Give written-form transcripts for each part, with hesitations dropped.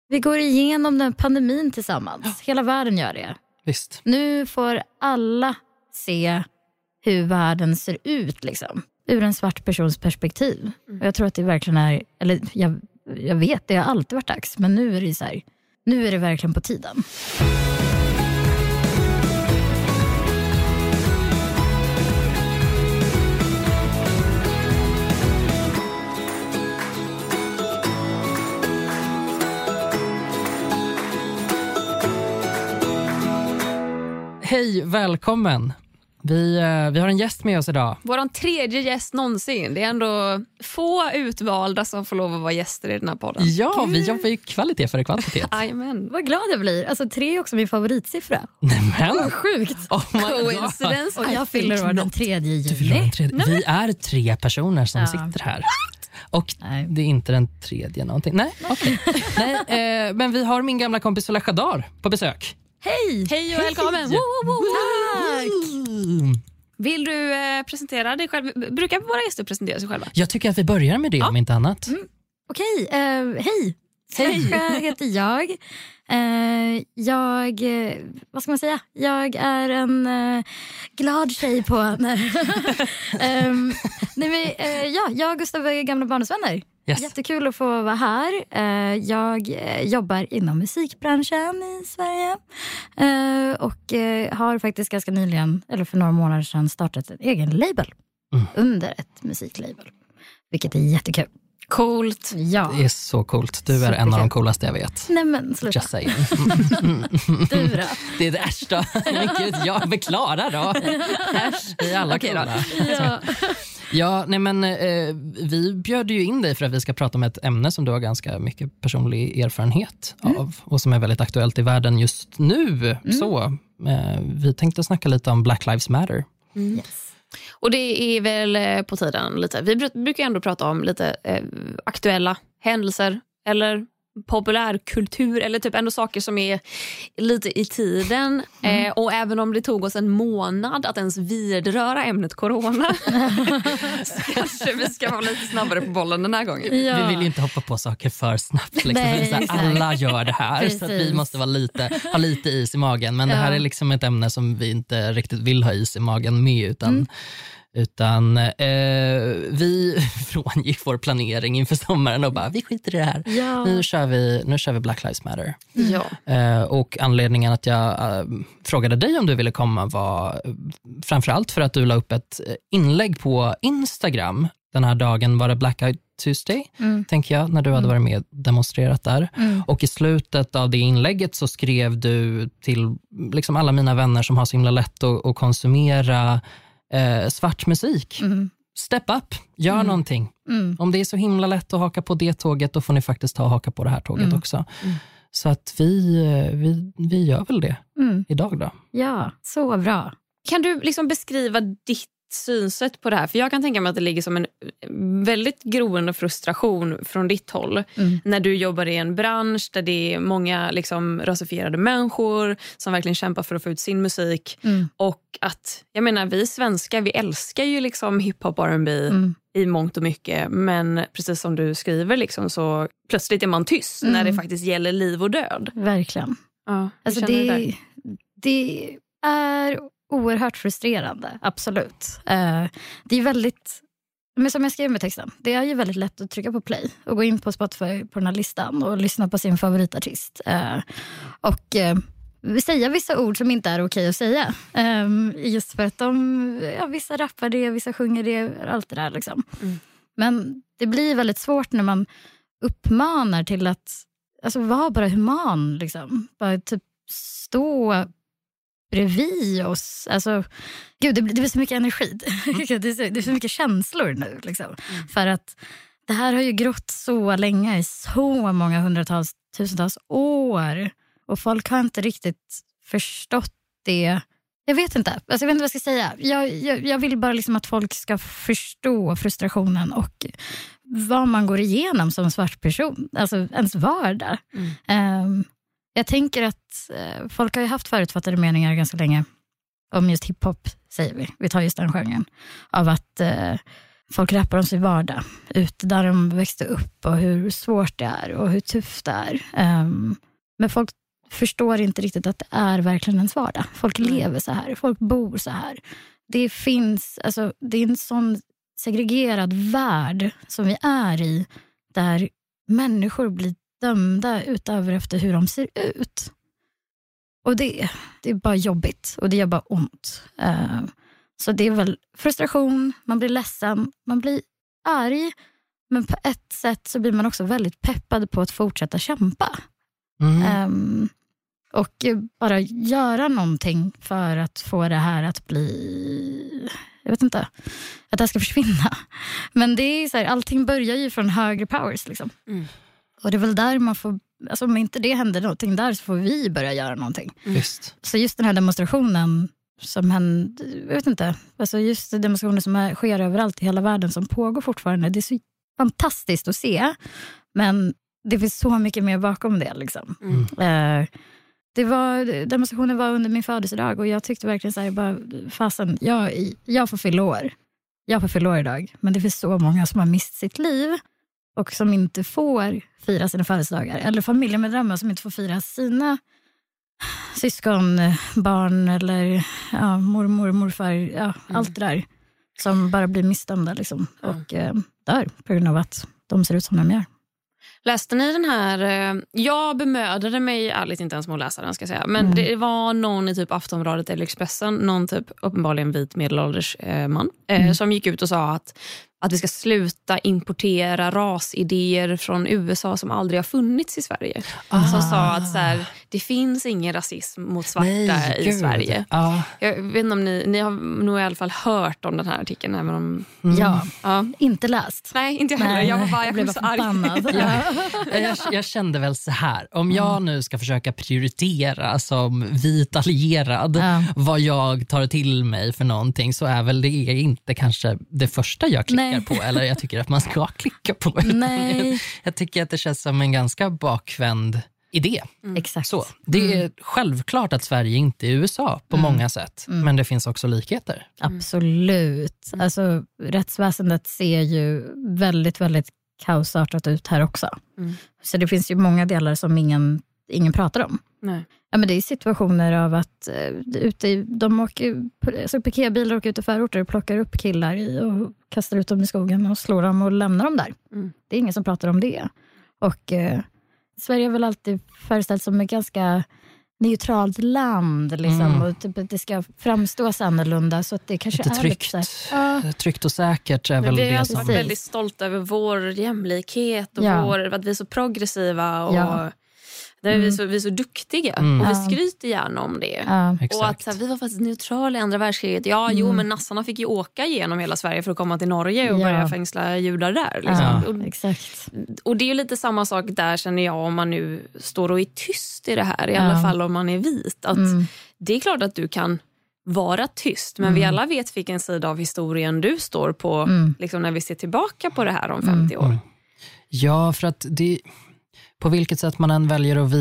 Vi går igenom den pandemin tillsammans. Hela världen gör det. Visst. Nu får alla se hur världen ser ut liksom. Ur en svart persons perspektiv. Och jag tror att det verkligen är, eller jag vet, det har alltid varit dags. Men nu är det så här, nu är det verkligen på tiden. Hej, välkommen. Vi har en gäst med oss idag. Vår tredje gäst någonsin. Det är ändå få utvalda som får lov att vara gäster i den här podden. Ja, vi jobbar ju kvalitet före kvantitet. Amen. Vad glad jag blir. Alltså 3 är också min favoritsiffra. Nämen. Sjukt. Coincidence. Och jag fyller år den 3 juli. Vi är 3 personer som sitter här. Och det är inte den 3:e någonting. Nej, okej. Nej, men vi har min gamla kompis Sola Khadar på besök. Hej! Hej och välkommen. Tack! Vill du presentera dig själv? Brukar våra gäster presentera sig själva? Jag tycker att vi börjar med det om inte annat. Okej, hej. Sasha heter jag. Vad ska man säga? Jag är en glad tjej på... jag och Gustav är gamla barndomsvänner. Yes. Jättekul att få vara här. Jag jobbar inom musikbranschen i Sverige. Och har faktiskt ganska nyligen, eller för några månader sedan, startat en egen label. Under ett musiklabel. Vilket är jättekul. Coolt. Ja. Det är så coolt. Du är en av de coolaste jag vet. Nej men sluta. Just saying. Du då? Det är det ärssta. Men gud, jag beklarar då. Vi är alla coola. Ja. Ja, nej men vi bjöd ju in dig för att vi ska prata om ett ämne som du har ganska mycket personlig erfarenhet av och som är väldigt aktuellt i världen just nu. Så vi tänkte snacka lite om Black Lives Matter. Yes. Och det är väl på tiden lite. Vi brukar ändå prata om lite aktuella händelser eller populärkultur eller typ ändå saker som är lite i tiden. Och även om det tog oss en månad att ens vidröra ämnet corona så kanske vi ska vara lite snabbare på bollen den här gången. Ja. Vi vill ju inte hoppa på saker för snabbt. Liksom. Nej, Alla gör det här. Så att vi måste vara ha lite is i magen. Men det här är liksom ett ämne som vi inte riktigt vill ha is i magen med utan vi frångick vår planering inför sommaren och bara, vi skiter i det här. Ja. Nu kör vi Black Lives Matter. Ja. Och anledningen att jag frågade dig om du ville komma var framförallt för att du la upp ett inlägg på Instagram. Den här dagen var det Black Eyed Tuesday, tänker jag, när du hade varit med och demonstrerat där. Och i slutet av det inlägget så skrev du till liksom alla mina vänner som har så himla lätt att konsumera svart musik. Step up, gör någonting. Om det är så himla lätt att haka på det tåget, då får ni faktiskt haka på det här tåget också. Så att vi gör väl det idag då. Ja, så bra. Kan du liksom beskriva ditt synsätt på det här? För jag kan tänka mig att det ligger som en väldigt groende frustration från ditt håll när du jobbar i en bransch där det är många liksom rasifierade människor som verkligen kämpar för att få ut sin musik och att, jag menar, vi svenskar, vi älskar ju liksom hiphop och R&B i mångt och mycket, men precis som du skriver liksom, så plötsligt är man tyst när det faktiskt gäller liv och död. Verkligen. Ja, alltså det är oerhört frustrerande, absolut. Det är väldigt, men som jag skrev med texten, det är ju väldigt lätt att trycka på play och gå in på Spotify på den här listan och lyssna på sin favoritartist. Och säga vissa ord som inte är okej att säga. Just för att vissa rappar det, vissa sjunger det, allt det där liksom. Men det blir väldigt svårt när man uppmanar till att vara bara human liksom. Bara typ stå bredvid oss. Alltså, gud, det blir så mycket energi. Det är så mycket känslor nu. Liksom. För att det här har ju grott så länge, i så många hundratals, tusentals år. Och folk har inte riktigt förstått det. Jag vet inte. Alltså, jag vet inte vad jag ska säga. Jag vill bara liksom att folk ska förstå frustrationen och vad man går igenom som svart person. Alltså ens vardag. Jag tänker att folk har ju haft förutfattade meningar ganska länge om just hiphop, säger vi. Vi tar just den genren. Av att folk rappar om sin vardag. Ute där de växte upp och hur svårt det är och hur tufft det är. Men folk förstår inte riktigt att det är verkligen ens vardag. Folk lever så här, folk bor så här. Det finns, alltså, det är en sån segregerad värld som vi är i, där människor blir dömda utöver efter hur de ser ut. Och det är bara jobbigt och det gör bara ont. Så det är väl frustration, man blir ledsen, man blir arg, men på ett sätt så blir man också väldigt peppad på att fortsätta kämpa. Och bara göra någonting för att få det här att bli, jag vet inte, att det här ska försvinna. Men det är så här, allting börjar ju från högre powers liksom. Och det är väl där man får, alltså om inte det händer någonting där så får vi börja göra någonting. Just. Så just den här demonstrationen som hände, jag vet inte, alltså just demonstrationer som sker överallt i hela världen som pågår fortfarande, det är så fantastiskt att se. Men det finns så mycket mer bakom det liksom. Demonstrationen var under min födelsedag och jag tyckte verkligen så här, bara, fasen, jag får fylla år. Jag får fylla år idag. Men det finns så många som har mist sitt liv och som inte får fira sina födelsedagar. Eller familjemedlemmar som inte får fira sina syskon, barn eller mormor, morfar, allt det där. Som bara blir missdömda liksom. Och dör på grund av att de ser ut som de gör. Läste ni den här? Jag bemödade mig ärligt inte ens med att läsa den, ska jag säga. Men det var någon i typ Aftonbladet eller Expressen, någon typ uppenbarligen vit medelålders man som gick ut och sa att vi ska sluta importera rasidéer från USA som aldrig har funnits i Sverige. Som sa att så här, det finns ingen rasism mot svarta i Sverige. Jag vet inte om ni har nog i alla fall hört om den här artikeln. Även om, inte läst. Nej, inte jag heller. Jag blev så arg. Jag kände väl så här, om jag nu ska försöka prioritera som vit allierad vad jag tar till mig för någonting, så är väl det inte kanske det första jag klickar på, eller jag tycker att man ska klicka på. Jag tycker att det känns som en ganska bakvänd idé. Exakt. Så, det är självklart att Sverige inte är USA på många sätt, men det finns också likheter. Absolut. Alltså, rättsväsendet ser ju väldigt, väldigt kaosartat ut här också. Så det finns ju många delar som ingen pratar om. Nej. Ja, men det är situationer av att piketbilar åker ut i förorter och plockar upp killar och kastar ut dem i skogen och slår dem och lämnar dem där. Det är ingen som pratar om det. Och Sverige är väl alltid föreställt som ett ganska neutralt land liksom, och typ, det ska framstå så annorlunda, så att det kanske lite är tryggt och säkert är väl vi har det alltså som... varit väldigt stolta över vår jämlikhet och att vi är så progressiva och där vi är så duktiga och vi skryter gärna om det. Och att så här, vi var faktiskt neutrala i andra världskriget. Men nassarna fick ju åka igenom hela Sverige för att komma till Norge och börja fängsla judar där. Liksom. Exakt. Och det är ju lite samma sak där, känner jag, om man nu står och är tyst i det här. I alla fall om man är vit. Att det är klart att du kan vara tyst, men vi alla vet vilken sida av historien du står på liksom, när vi ser tillbaka på det här om 50 år. Ja, för att det... På vilket sätt man än väljer att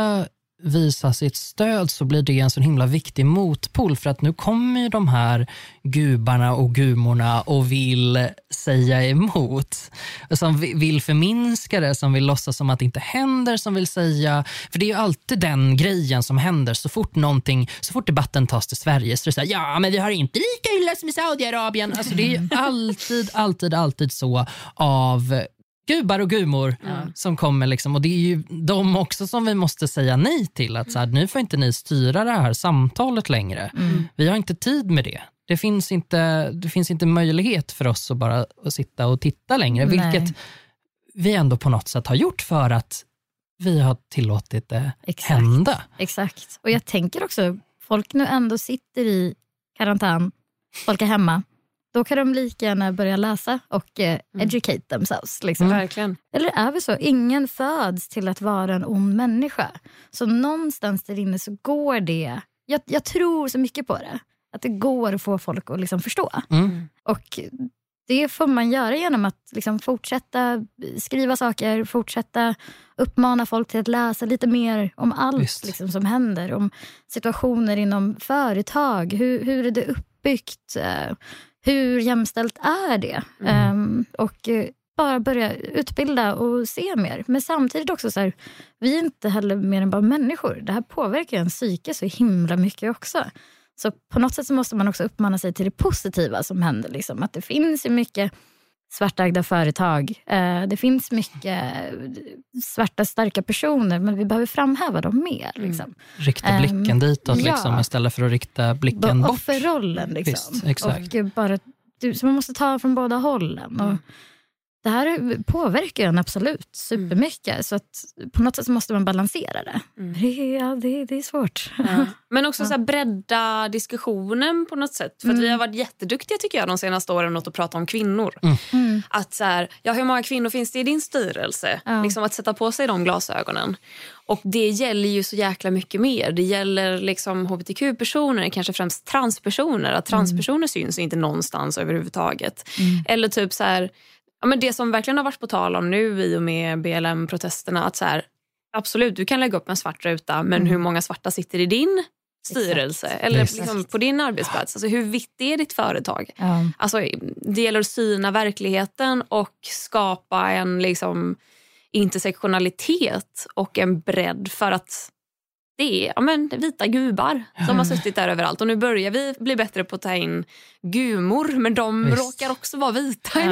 visa sitt stöd, så blir det en så himla viktig motpol, för att nu kommer ju de här gubarna och gumorna och vill säga emot, som vill förminska det, som vill låtsas som att det inte händer, som vill säga, för det är ju alltid den grejen som händer så fort debatten tas till Sverige, så är det så här, men vi har inte lika illa som i Saudiarabien. Alltså det är ju alltid så av gubar och gumor som kommer liksom, och det är ju de också som vi måste säga nej till, att så här, nu får inte ni styra det här samtalet längre. Vi har inte tid med det. Det finns inte möjlighet för oss att bara sitta och titta längre, vilket vi ändå på något sätt har gjort för att vi har tillåtit det hända. Exakt. Och jag tänker också, folk nu ändå sitter i karantän, folk är hemma. Då kan de lika gärna börja läsa och educate themselves. Liksom. Verkligen. Eller är vi så? Ingen föds till att vara en ond människa. Så någonstans där inne så går det. Jag tror så mycket på det. Att det går att få folk att liksom förstå. Och det får man göra genom att liksom fortsätta skriva saker. Fortsätta uppmana folk till att läsa lite mer om allt liksom, som händer. Om situationer inom företag. Hur är det uppbyggt? hur jämställt är det? Och bara börja utbilda och se mer. Men samtidigt också så här, vi är inte heller mer än bara människor. Det här påverkar en psyke så himla mycket också. Så på något sätt så måste man också uppmana sig till det positiva som händer. Liksom. Att det finns ju mycket svartägda företag. Det finns mycket svarta starka personer, men vi behöver framhäva dem mer. Liksom. Rikta blicken ditåt liksom, istället för att rikta blicken bort. Offerrollen liksom. Visst, exakt. Och bara, så man måste ta från båda hållen. Och det här påverkar en absolut supermycket. Så att på något sätt så måste man balansera det. Det är svårt. Ja. Men också så här bredda diskussionen på något sätt. För att vi har varit jätteduktiga tycker jag de senaste åren att prata om kvinnor. Att så här, hur många kvinnor finns det i din styrelse? Liksom att sätta på sig de glasögonen. Och det gäller ju så jäkla mycket mer. Det gäller liksom hbtq-personer, kanske främst transpersoner. Att transpersoner syns inte någonstans överhuvudtaget. Eller typ så här... Ja, men det som verkligen har varit på tal om nu i och med BLM-protesterna, att så här, absolut, du kan lägga upp en svart ruta, men hur många svarta sitter i din styrelse eller liksom på din arbetsplats? Alltså, hur vitt är ditt företag? Alltså, det gäller att syna verkligheten och skapa en liksom, intersektionalitet och en bredd för att det är vita gubbar som har suttit där överallt. Och nu börjar vi bli bättre på att ta in gumor, men de råkar också vara vita.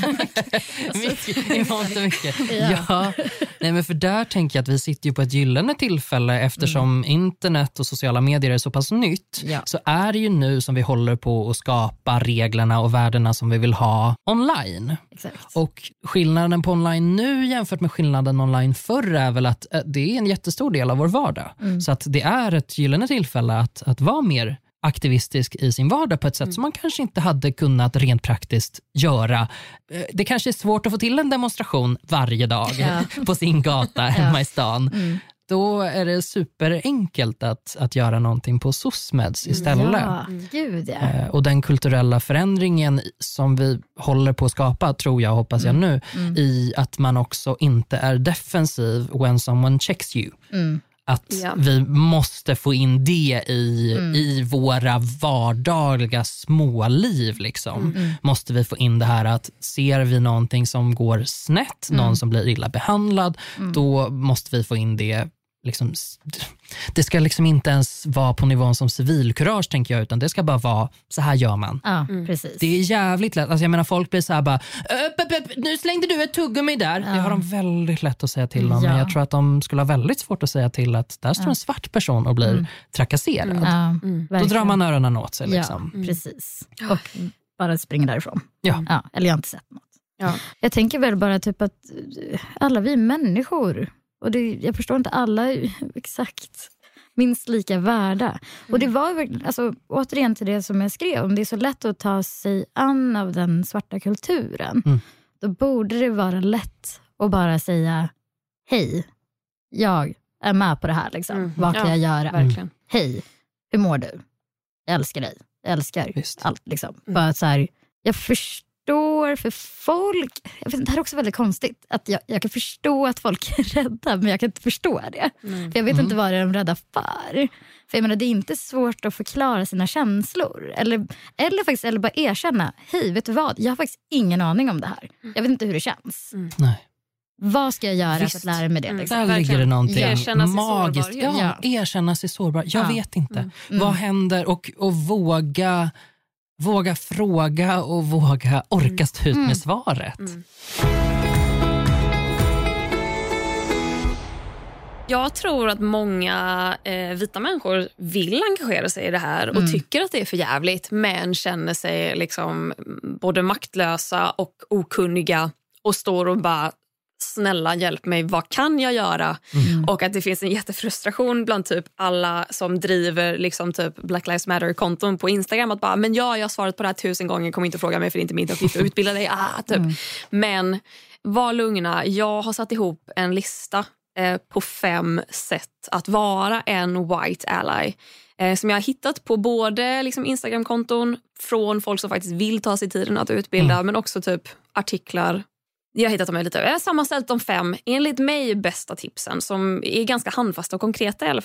Mycket. Ja. Nej, men för där tänker jag att vi sitter ju på ett gyllene tillfälle eftersom internet och sociala medier är så pass nytt. Så är det ju nu som vi håller på att skapa reglerna och värdena som vi vill ha online. Exakt. Och skillnaden på online nu jämfört med skillnaden online förr är väl att det är en jättestor del av vår vardag. Så att det är ett gyllene tillfälle att vara mer aktivistisk i sin vardag på ett sätt som man kanske inte hade kunnat rent praktiskt göra. Det kanske är svårt att få till en demonstration varje dag på sin gata hemma i stan. Då är det superenkelt att göra någonting på SOSMEDs istället. Och den kulturella förändringen som vi håller på att skapa, tror jag och hoppas jag nu, i att man också inte är defensiv when someone checks you. Att vi måste få in det i våra vardagliga småliv liksom. Måste vi få in det här att ser vi någonting som går snett, någon som blir illa behandlad, då måste vi få in det liksom, det ska liksom inte ens vara på nivån som civilkurage tänker jag, utan det ska bara vara så här gör man. Precis. Det är jävligt lätt, alltså jag menar folk blir så här bara nu slängde du ett tuggummi där. Det har de väldigt lätt att säga till om, men jag tror att de skulle ha väldigt svårt att säga till att där står en svart person och blir trakasserad. Då drar man öronen åt sig liksom. Precis. Och bara springer därifrån. Eller jag har inte sett något. Ja. Jag tänker väl bara typ att alla vi människor, och jag förstår inte alla exakt minst lika värda. Och det var alltså, återigen till det som jag skrev, om det är så lätt att ta sig an av den svarta kulturen, då borde det vara lätt att bara säga hej, jag är med på det här liksom. Vad kan jag göra? Verkligen. Hej, hur mår du? Jag älskar dig. Jag älskar allt liksom. Bara så här, jag förstår för folk, jag vet, det här är också väldigt konstigt att jag kan förstå att folk är rädda, men jag kan inte förstå det. För jag vet inte vad de är rädda för jag menar, det är inte svårt att förklara sina känslor eller bara erkänna, hej, vet du vad, jag har faktiskt ingen aning om det här, jag vet inte hur det känns. Nej. Vad ska jag göra för att lära mig det? Liksom? Där ligger det någonting magiskt. Erkänna sig sårbar. Jag vet inte. Vad händer? Och våga fråga och våga orka stå ut med svaret. Jag tror att många vita människor vill engagera sig i det här och tycker att det är för jävligt, men känner sig liksom både maktlösa och okunniga och står och bara, snälla hjälp mig, vad kan jag göra? Och att det finns en jättefrustration bland typ alla som driver liksom typ Black Lives Matter-konton på Instagram, att bara, men jag har svarat på det här 1000 gånger, kom inte fråga mig för det är inte min uppgift att utbilda dig. Typ. Men var lugna, jag har satt ihop en lista på 5 sätt att vara en white ally. Som jag har hittat på både liksom Instagram-konton från folk som faktiskt vill ta sig tiden att utbilda, men också typ artiklar. Jag har hittat dem lite. Jag har sammanställt de 5 enligt mig bästa tipsen som är ganska handfasta och konkreta i alla fall.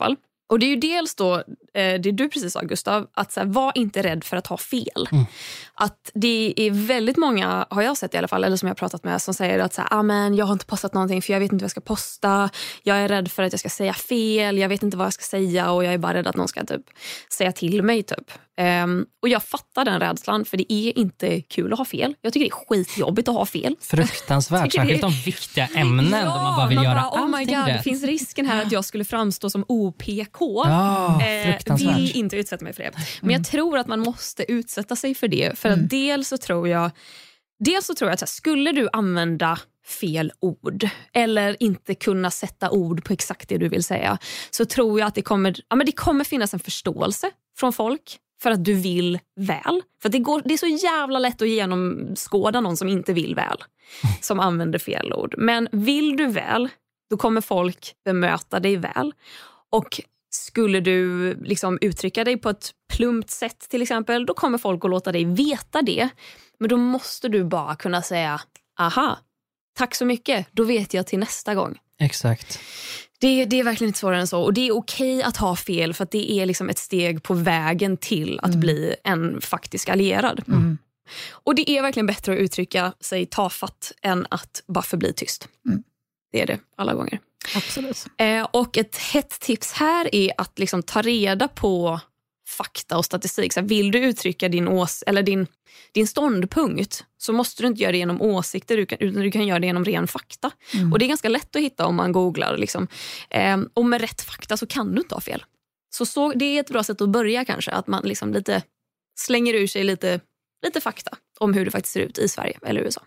Och det är ju dels då, det du precis sa Gustav, att så här, var inte rädd för att ha fel. Att det är väldigt många, har jag sett i alla fall, eller som jag har pratat med, som säger att så här, men jag har inte postat någonting för jag vet inte vad jag ska posta. Jag är rädd för att jag ska säga fel, jag vet inte vad jag ska säga och jag är bara rädd att någon ska typ säga till mig typ. Och jag fattar den rädslan, för det är inte kul att ha fel. Jag tycker det är skitjobbigt att ha fel. Fruktansvärt, särskilt om viktiga ämnen där man bara vill göra allting my God, rätt. det finns risken här att jag skulle framstå som OPK. Fruktansvärt. Vill inte utsätta mig för det. Men jag tror att man måste utsätta sig för det. För att dels så tror jag att så här, skulle du använda fel ord eller inte kunna sätta ord på exakt det du vill säga, så tror jag att det kommer finnas en förståelse från folk för att du vill väl. För att det är så jävla lätt att genomskåda någon som inte vill väl, som använder fel ord. Men vill du väl, då kommer folk bemöta dig väl. Och skulle du liksom uttrycka dig på ett plumpt sätt till exempel, då kommer folk att låta dig veta det. Men då måste du bara kunna säga, aha, tack så mycket, då vet jag till nästa gång. Exakt. Det är verkligen inte svårare än så. Och det är okej att ha fel, för att det är liksom ett steg på vägen till att bli en faktisk allierad. Och det är verkligen bättre att uttrycka sig tafatt än att bara förbli tyst. Det är det alla gånger. Absolut. Och ett hett tips här är att liksom ta reda på fakta och statistik. Så här, vill du uttrycka din ståndpunkt, så måste du inte göra det genom åsikter, utan du kan göra det genom ren fakta. Och det är ganska lätt att hitta om man googlar. Liksom. Och med rätt fakta så kan du inte ha fel. Så det är ett bra sätt att börja kanske, att man liksom lite slänger ur sig lite fakta om hur det faktiskt ser ut i Sverige eller USA.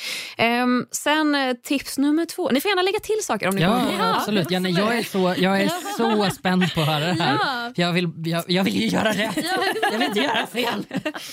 Sen tips nummer 2. Ni får gärna lägga till saker om ni kommer. Ja, absolut. Jag är så spänd på att höra det här. Jag vill ju göra rätt. Jag vill inte göra fel.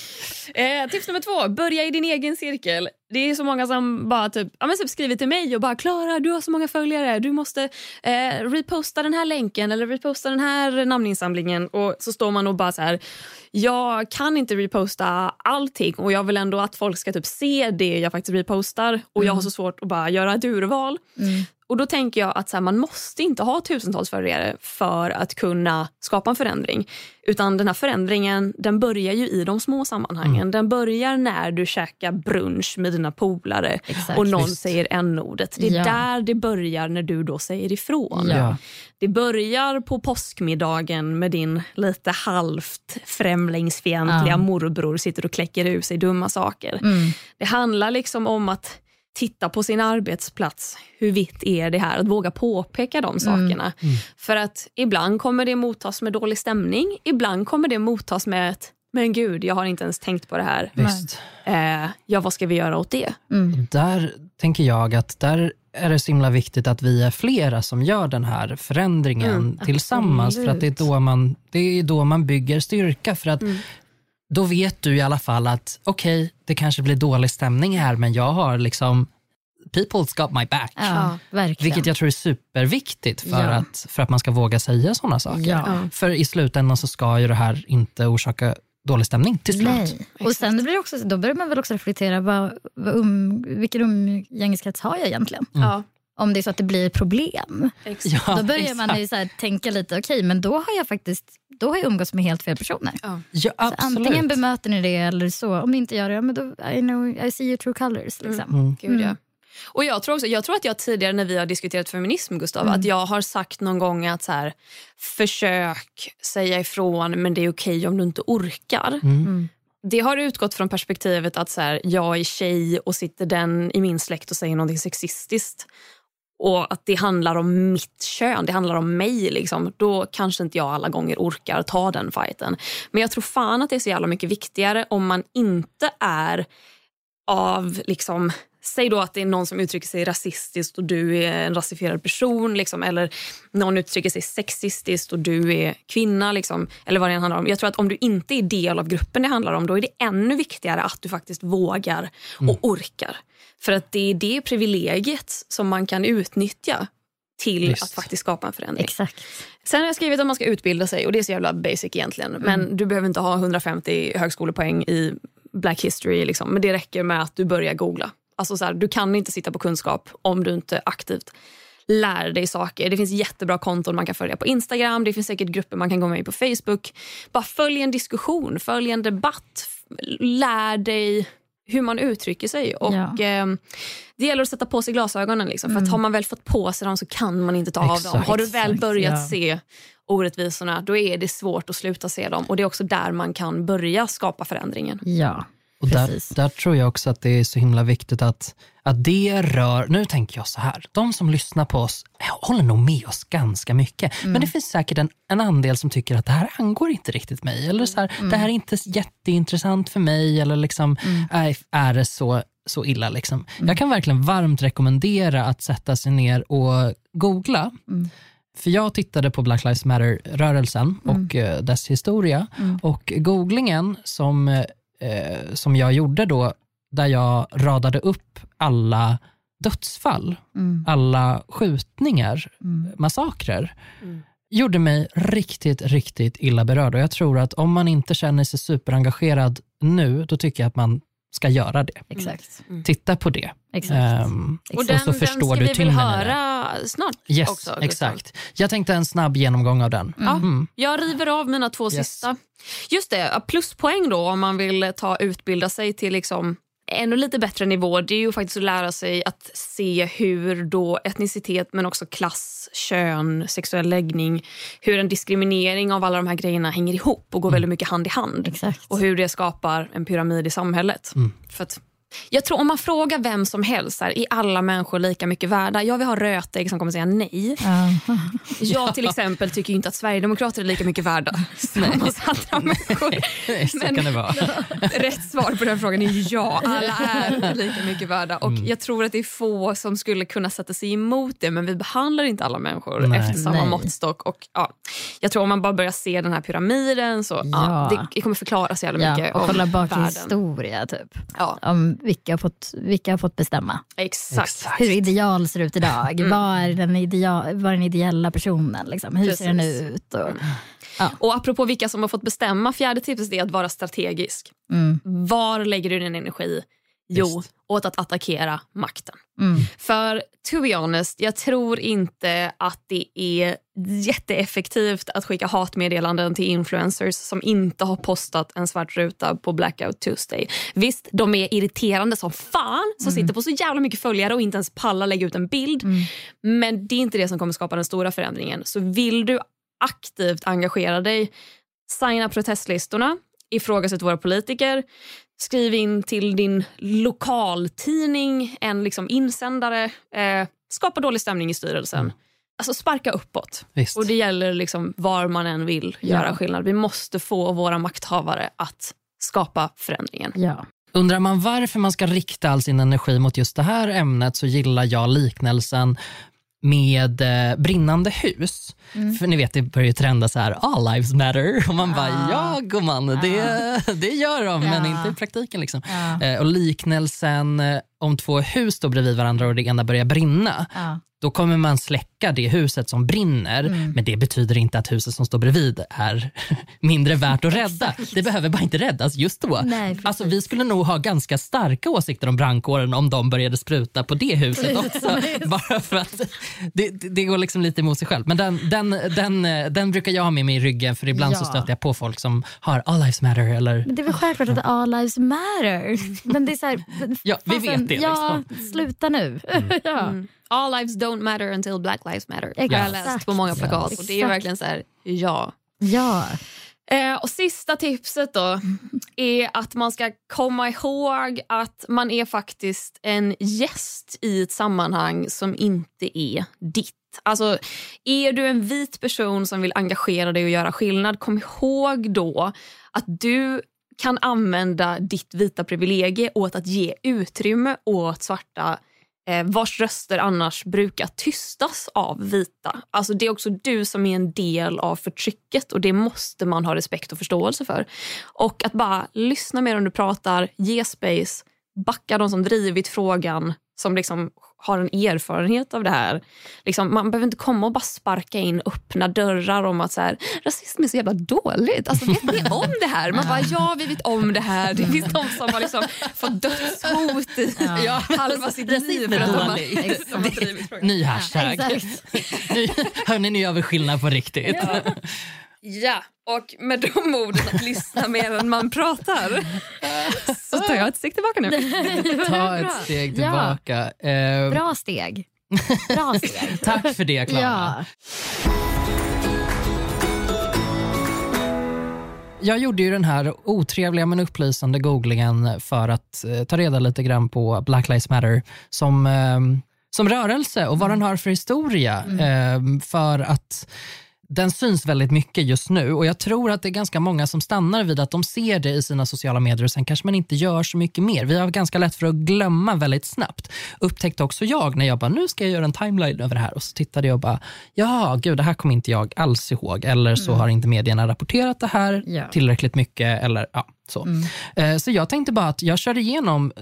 Tips nummer 2. Börja i din egen cirkel. Det är så många som bara typ skriver till mig och bara, Klara, du har så många följare, du måste reposta den här länken eller reposta den här namninsamlingen. Och så står man och bara så här, jag kan inte reposta allting och jag vill ändå att folk ska typ se det jag faktiskt repostar. Och jag har så svårt att bara göra ett urval. Och då tänker jag att så här, man måste inte ha tusentals följare för att kunna skapa en förändring. Utan den här förändringen, den börjar ju i de små sammanhangen. Den börjar när du käkar brunch med dina polare. Exakt. Och någon säger n-ordet. Det är där det börjar när du då säger ifrån. Ja. Det börjar på påskmiddagen med din lite halvt främlingsfientliga morbror sitter och kläcker ur sig dumma saker. Det handlar liksom om att titta på sin arbetsplats. Hur vitt är det här? Att våga påpeka de sakerna. För att ibland kommer det mottas med dålig stämning. Ibland kommer det mottas med ett, men gud, jag har inte ens tänkt på det här. Visst. Vad ska vi göra åt det? Där tänker jag att där är det så himla viktigt att vi är flera som gör den här förändringen tillsammans. För att det är då man bygger styrka. För att då vet du i alla fall att okej, det kanske blir dålig stämning här, men jag har liksom people's got my back. Ja, verkligen. Vilket jag tror är superviktigt för att man ska våga säga sådana saker. Ja. För i slutändan så ska ju det här inte orsaka dålig stämning till slut. Nej. Och sen blir det också, då börjar man väl också reflektera vilken umgängeskrets har jag egentligen? Om det är så att det blir problem. Ja, då börjar man ju så här tänka lite, okej, men då har jag umgås med helt fel personer. Ja, absolut. Så antingen bemöter ni det eller så. Om ni inte gör det, men då I see your true colors. Liksom. Gud, ja. Och jag tror att jag tidigare när vi har diskuterat feminism, Gustav, att jag har sagt någon gång att så här, försök säga ifrån, men det är okej om du inte orkar. Det har utgått från perspektivet att så här, jag är tjej och sitter den i min släkt och säger någonting sexistiskt. Och att det handlar om mitt kön, det handlar om mig liksom. Då kanske inte jag alla gånger orkar ta den fighten. Men jag tror fan att det är så jävla mycket viktigare om man inte är av liksom, säg då att det är någon som uttrycker sig rasistiskt och du är en rasifierad person liksom, eller någon uttrycker sig sexistiskt och du är kvinna liksom, eller vad det handlar om. Jag tror att om du inte är del av gruppen det handlar om, då är det ännu viktigare att du faktiskt vågar och orkar. För att det är det privilegiet som man kan utnyttja till att faktiskt skapa en förändring. Exakt. Sen har jag skrivit att man ska utbilda sig och det är så jävla basic egentligen. Men du behöver inte ha 150 högskolepoäng i Black History liksom. Men det räcker med att du börjar googla. Alltså så här, du kan inte sitta på kunskap om du inte aktivt lär dig saker. Det finns jättebra konton man kan följa på Instagram. Det finns säkert grupper man kan gå med i på Facebook. Bara följ en diskussion, följ en debatt. Lär dig hur man uttrycker sig. Och det gäller att sätta på sig glasögonen. Liksom, för att har man väl fått på sig dem så kan man inte ta av dem. Har du väl börjat se orättvisorna, då är det svårt att sluta se dem. Och det är också där man kan börja skapa förändringen. Ja. Och där tror jag också att det är så himla viktigt att det rör, nu tänker jag så här, de som lyssnar på oss håller nog med oss ganska mycket. Men det finns säkert en andel som tycker att det här angår inte riktigt mig. Eller så här, det här är inte jätteintressant för mig. Eller liksom, är det så illa liksom. Jag kan verkligen varmt rekommendera att sätta sig ner och googla. För jag tittade på Black Lives Matter-rörelsen och dess historia. Och googlingen som jag gjorde då, där jag radade upp alla dödsfall, alla skjutningar, massakrer, gjorde mig riktigt, riktigt illa berörd. Och jag tror att om man inte känner sig superengagerad nu, då tycker jag att man ska göra det. Exakt. Titta på det. Exakt. Och den, så förstår den du ska vi väl höra snart också. Exakt. Jag tänkte en snabb genomgång av den. Jag river av mina 2 sista. Just det, pluspoäng då om man vill utbilda sig till liksom ännu lite bättre nivå. Det är ju faktiskt att lära sig att se hur då etnicitet men också klass, kön, sexuell läggning, hur en diskriminering av alla de här grejerna hänger ihop och går väldigt mycket hand i hand. Exakt. Och hur det skapar en pyramid i samhället. För att jag tror om man frågar vem som helst här, är alla människor lika mycket värda? Jag vill ha rötägg som kommer säga nej. Jag till exempel tycker inte att Sverigedemokrater är lika mycket värda som andra människor. Så kan det vara. Rätt svar på den frågan är ja, alla är lika mycket värda. Och jag tror att det är få som skulle kunna sätta sig emot det, men vi behandlar inte alla människor efter samma måttstock. Och jag tror om man bara börjar se den här pyramiden så det kommer förklara sig jävla mycket och kolla bak världen. Historia typ. Om vilka har fått bestämma. Exakt. Hur ideal ser ut idag. Vad är den ideella personen? Liksom? Hur ser den ut? Och apropå vilka som har fått bestämma, 4:e tipset är att vara strategisk. Var lägger du din energi? Jo, åt att attackera makten. För to be honest, jag tror inte att det är jätteeffektivt att skicka hatmeddelanden till influencers som inte har postat en svart ruta på Blackout Tuesday. Visst, de är irriterande som fan som sitter på så jävla mycket följare och inte ens pallar lägga ut en bild. Men det är inte det som kommer skapa den stora förändringen. Så vill du aktivt engagera dig, signa protestlistorna, ifrågasätt våra politiker, skriv in till din lokaltidning en liksom insändare, skapa dålig stämning i styrelsen. Alltså sparka uppåt. Visst. Och det gäller liksom var man än vill göra skillnad. Vi måste få våra makthavare att skapa förändringen. Ja. Undrar man varför man ska rikta all sin energi mot just det här ämnet, så gillar jag liknelsen med brinnande hus. För ni vet, det börjar ju trenda så här, all lives matter. Och man bara, det gör de, men inte i praktiken liksom. Och liknelsen om 2 hus då bredvid varandra och det ena börjar brinna. Då kommer man släcka det huset som brinner. Men det betyder inte att huset som står bredvid är mindre värt att rädda. Det behöver bara inte räddas just då. Alltså vi skulle nog ha ganska starka åsikter om brandkåren om de började spruta på det huset också. Bara för att det går liksom lite emot sig själv. Men den brukar jag ha med mig i ryggen, för ibland så stöter jag på folk som har all lives matter. Eller... Men det är väl självklart att all lives matter. Men det är så här, vi vet det. Liksom. Sluta nu. All lives don't matter until Black lives matter. Exakt. Jag har läst på många plakat och det är verkligen så här, och sista tipset då är att man ska komma ihåg att man är faktiskt en gäst i ett sammanhang som inte är ditt. Alltså, är du en vit person som vill engagera dig och göra skillnad, kom ihåg då att du kan använda ditt vita privilegie åt att ge utrymme åt svarta vars röster annars brukar tystas av vita. Alltså det är också du som är en del av förtrycket, och det måste man ha respekt och förståelse för. Och att bara lyssna mer om du pratar, ge space, backa de som drivit frågan, som liksom har en erfarenhet av det här. Liksom, man behöver inte komma och bara sparka in öppna dörrar om att så här, rasism är så jävla dåligt. Alltså, vet ni om det här? Man bara, ja, vi vet om det här. Det finns de som har liksom fått dödshot i halva sitt liv. Ny hashtag. Hörni, ni gör väl skillnad på riktigt. Ja, och med de orden att lyssna mer än man pratar så tar jag ett steg tillbaka nu. Ta ett steg tillbaka. Bra steg. Bra steg. Tack för det, Klara. Ja. Jag gjorde ju den här otrevliga men upplysande googlingen för att ta reda lite grann på Black Lives Matter som rörelse och vad den har för historia. För att den syns väldigt mycket just nu och jag tror att det är ganska många som stannar vid att de ser det i sina sociala medier och sen kanske man inte gör så mycket mer. Vi har ganska lätt för att glömma väldigt snabbt. Upptäckte också jag när jag bara, nu ska jag göra en timeline över det här och så tittade jag och bara, ja gud, det här kommer inte jag alls ihåg eller så har inte medierna rapporterat det här tillräckligt mycket eller så. Så jag tänkte bara att jag körde igenom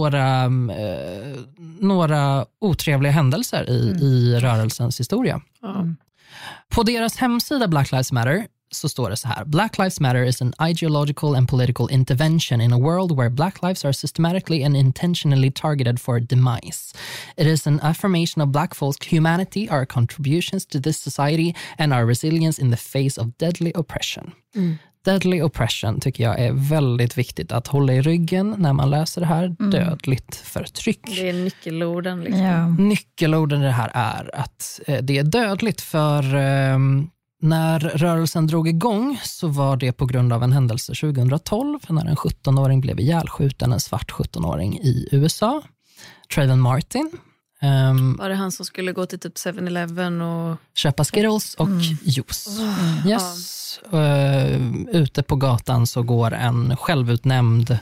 några otrevliga händelser i rörelsens historia. På deras hemsida Black Lives Matter så står det så här: Black Lives Matter is an ideological and political intervention in a world where black lives are systematically and intentionally targeted for demise. It is an affirmation of black folks' humanity, our contributions to this society and our resilience in the face of deadly oppression. Deadly oppression tycker jag är väldigt viktigt att hålla i ryggen när man läser det här. Dödligt förtryck. Det är nyckelorden. Liksom. Ja. Nyckelorden det här är att det är dödligt för när rörelsen drog igång så var det på grund av en händelse 2012 när en 17-åring blev ihjälskjuten, en svart 17-åring i USA. Trayvon Martin. Var det han som skulle gå till typ 7-Eleven och köpa Skittles och juice. Yes. Ute på gatan så går en självutnämnd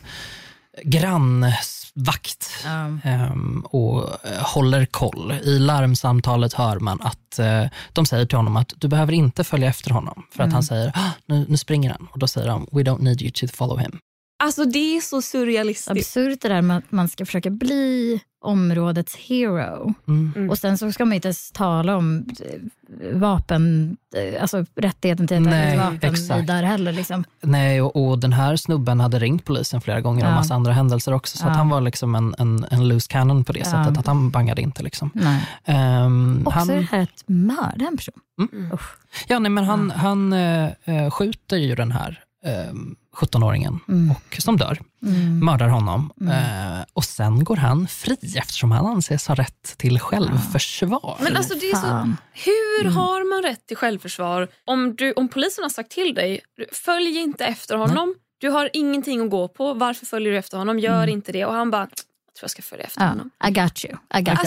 grannvakt och håller koll. I larmsamtalet hör man att de säger till honom att du behöver inte följa efter honom. För att han säger, nu springer han. Och då säger de, we don't need you to follow him. Alltså det är så surrealistiskt. Absurt det där med att man ska försöka bli områdets hero. Och sen så ska man inte ens tala om vapen, alltså rättigheten till ett vapen vidare heller. Liksom. Nej, och den här snubben hade ringt polisen flera gånger och massa andra händelser också. Så att han var liksom en loose cannon på det sättet. Att han bangade inte liksom. Också det här att mörda en person. Ja, nej, men han skjuter ju den här 17-åringen och som dör, mördar honom och sen går han fri eftersom han anses ha rätt till självförsvar. Men alltså det är så, hur har man rätt till självförsvar om polisen har sagt till dig, följ inte efter honom, du har ingenting att gå på, varför följer du efter honom, gör inte det, och han bara, jag tror jag ska följa efter honom. I got you.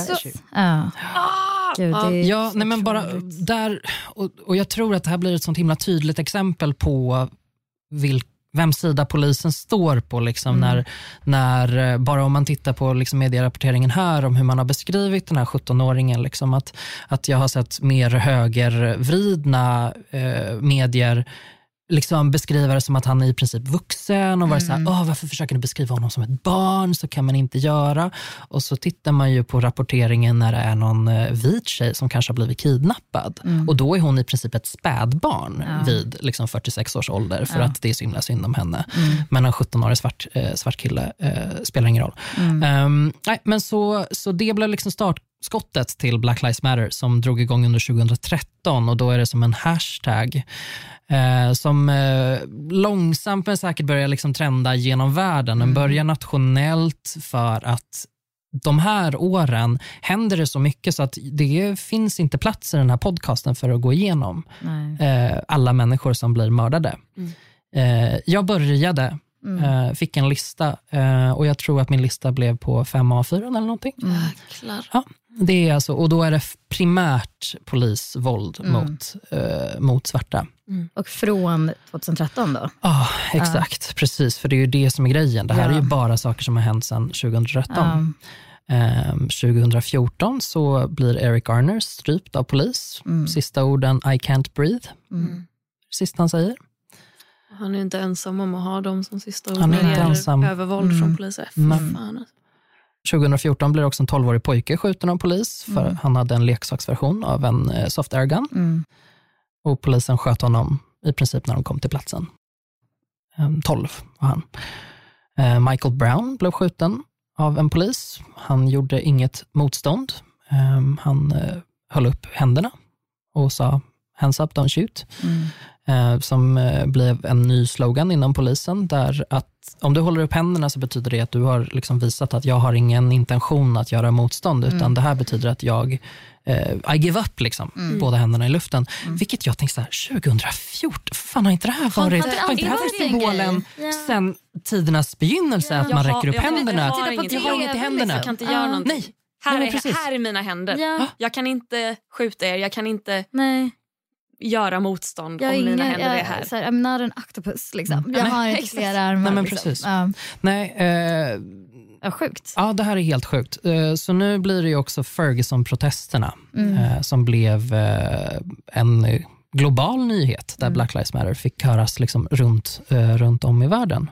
Ja, nej men bara där, och jag tror att det här blir ett sånt himla tydligt exempel på vem sida polisen står på liksom, när bara om man tittar på liksom medierapporteringen här om hur man har beskrivit den här 17-åringen liksom, att jag har sett mer högervridna medier liksom beskriva det som att han är i princip vuxen och var så här, varför försöker ni beskriva honom som ett barn, så kan man inte göra. Och så tittar man ju på rapporteringen när det är någon vit tjej som kanske har blivit kidnappad. Och då är hon i princip ett spädbarn vid liksom 46 års ålder för att det är så himla synd om henne. Men en 17-årig svart kille spelar ingen roll. Nej, men så det blev liksom startskottet till Black Lives Matter som drog igång under 2013, och då är det som en hashtag som långsamt men säkert börjar liksom trenda genom världen. Den börjar nationellt för att de här åren händer det så mycket så att det finns inte plats i den här podcasten för att gå igenom alla människor som blir mördade. Jag började fick en lista och jag tror att min lista blev på 5 A4 eller någonting. Ja, det är alltså, och då är det primärt polisvåld mot svarta. Och från 2013 då? Ja, exakt. Precis, för det är ju det som är grejen. Det här är ju bara saker som har hänt sedan 2013. 2014 så blir Eric Garner strypt av polis. Sista orden, I can't breathe. Sista han säger. Han är inte ensam om att ha dem som sista ord. Han är inte ensam. Övervåld från poliser. Fan. 2014 blev också en 12-årig pojke skjuten av polis för han hade en leksaksversion av en soft airgun. Och polisen sköt honom i princip när de kom till platsen. 12 var han. Michael Brown blev skjuten av en polis. Han gjorde inget motstånd. Han höll upp händerna och sa hands up, don't shoot. Som blev en ny slogan inom polisen där att om du håller upp händerna så betyder det att du har liksom visat att jag har ingen intention att göra motstånd utan det här betyder att jag I give up liksom, båda händerna i luften. Vilket jag tänkte så här, 2014, fan har inte det här varit symbolen sen tidernas begynnelse att man räcker upp händerna? Jag har inget i händerna. Jag kan inte göra någonting. Nej. Här är mina händer. Ja. Jag kan inte skjuta er, jag kan inte göra motstånd om mina händer är här. I'm not an octopus liksom. Jag har inte flera armar. Nej, men liksom. precis. Nej, sjukt. Ja, det här är helt sjukt. Så nu blir det ju också Ferguson-protesterna som blev en global nyhet där Black Lives Matter fick höras liksom runt om i världen.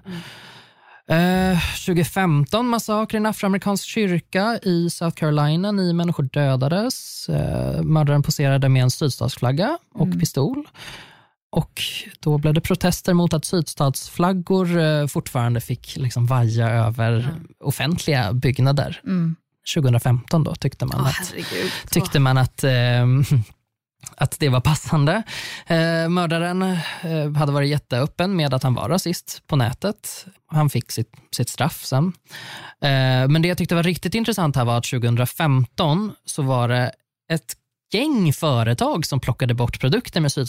2015 massaker i en afroamerikansk kyrka i South Carolina. 9 människor dödades. Mördaren poserade med en sydstatsflagga och pistol. Och då blev det protester mot att sydstatsflaggor fortfarande fick liksom vaja över offentliga byggnader. 2015 då tyckte man att det var passande. Mördaren hade varit jätteöppen med att han var rasist på nätet. Han fick sitt straff sen. Men det jag tyckte var riktigt intressant här var att 2015 så var det ett gäng företag som plockade bort produkter med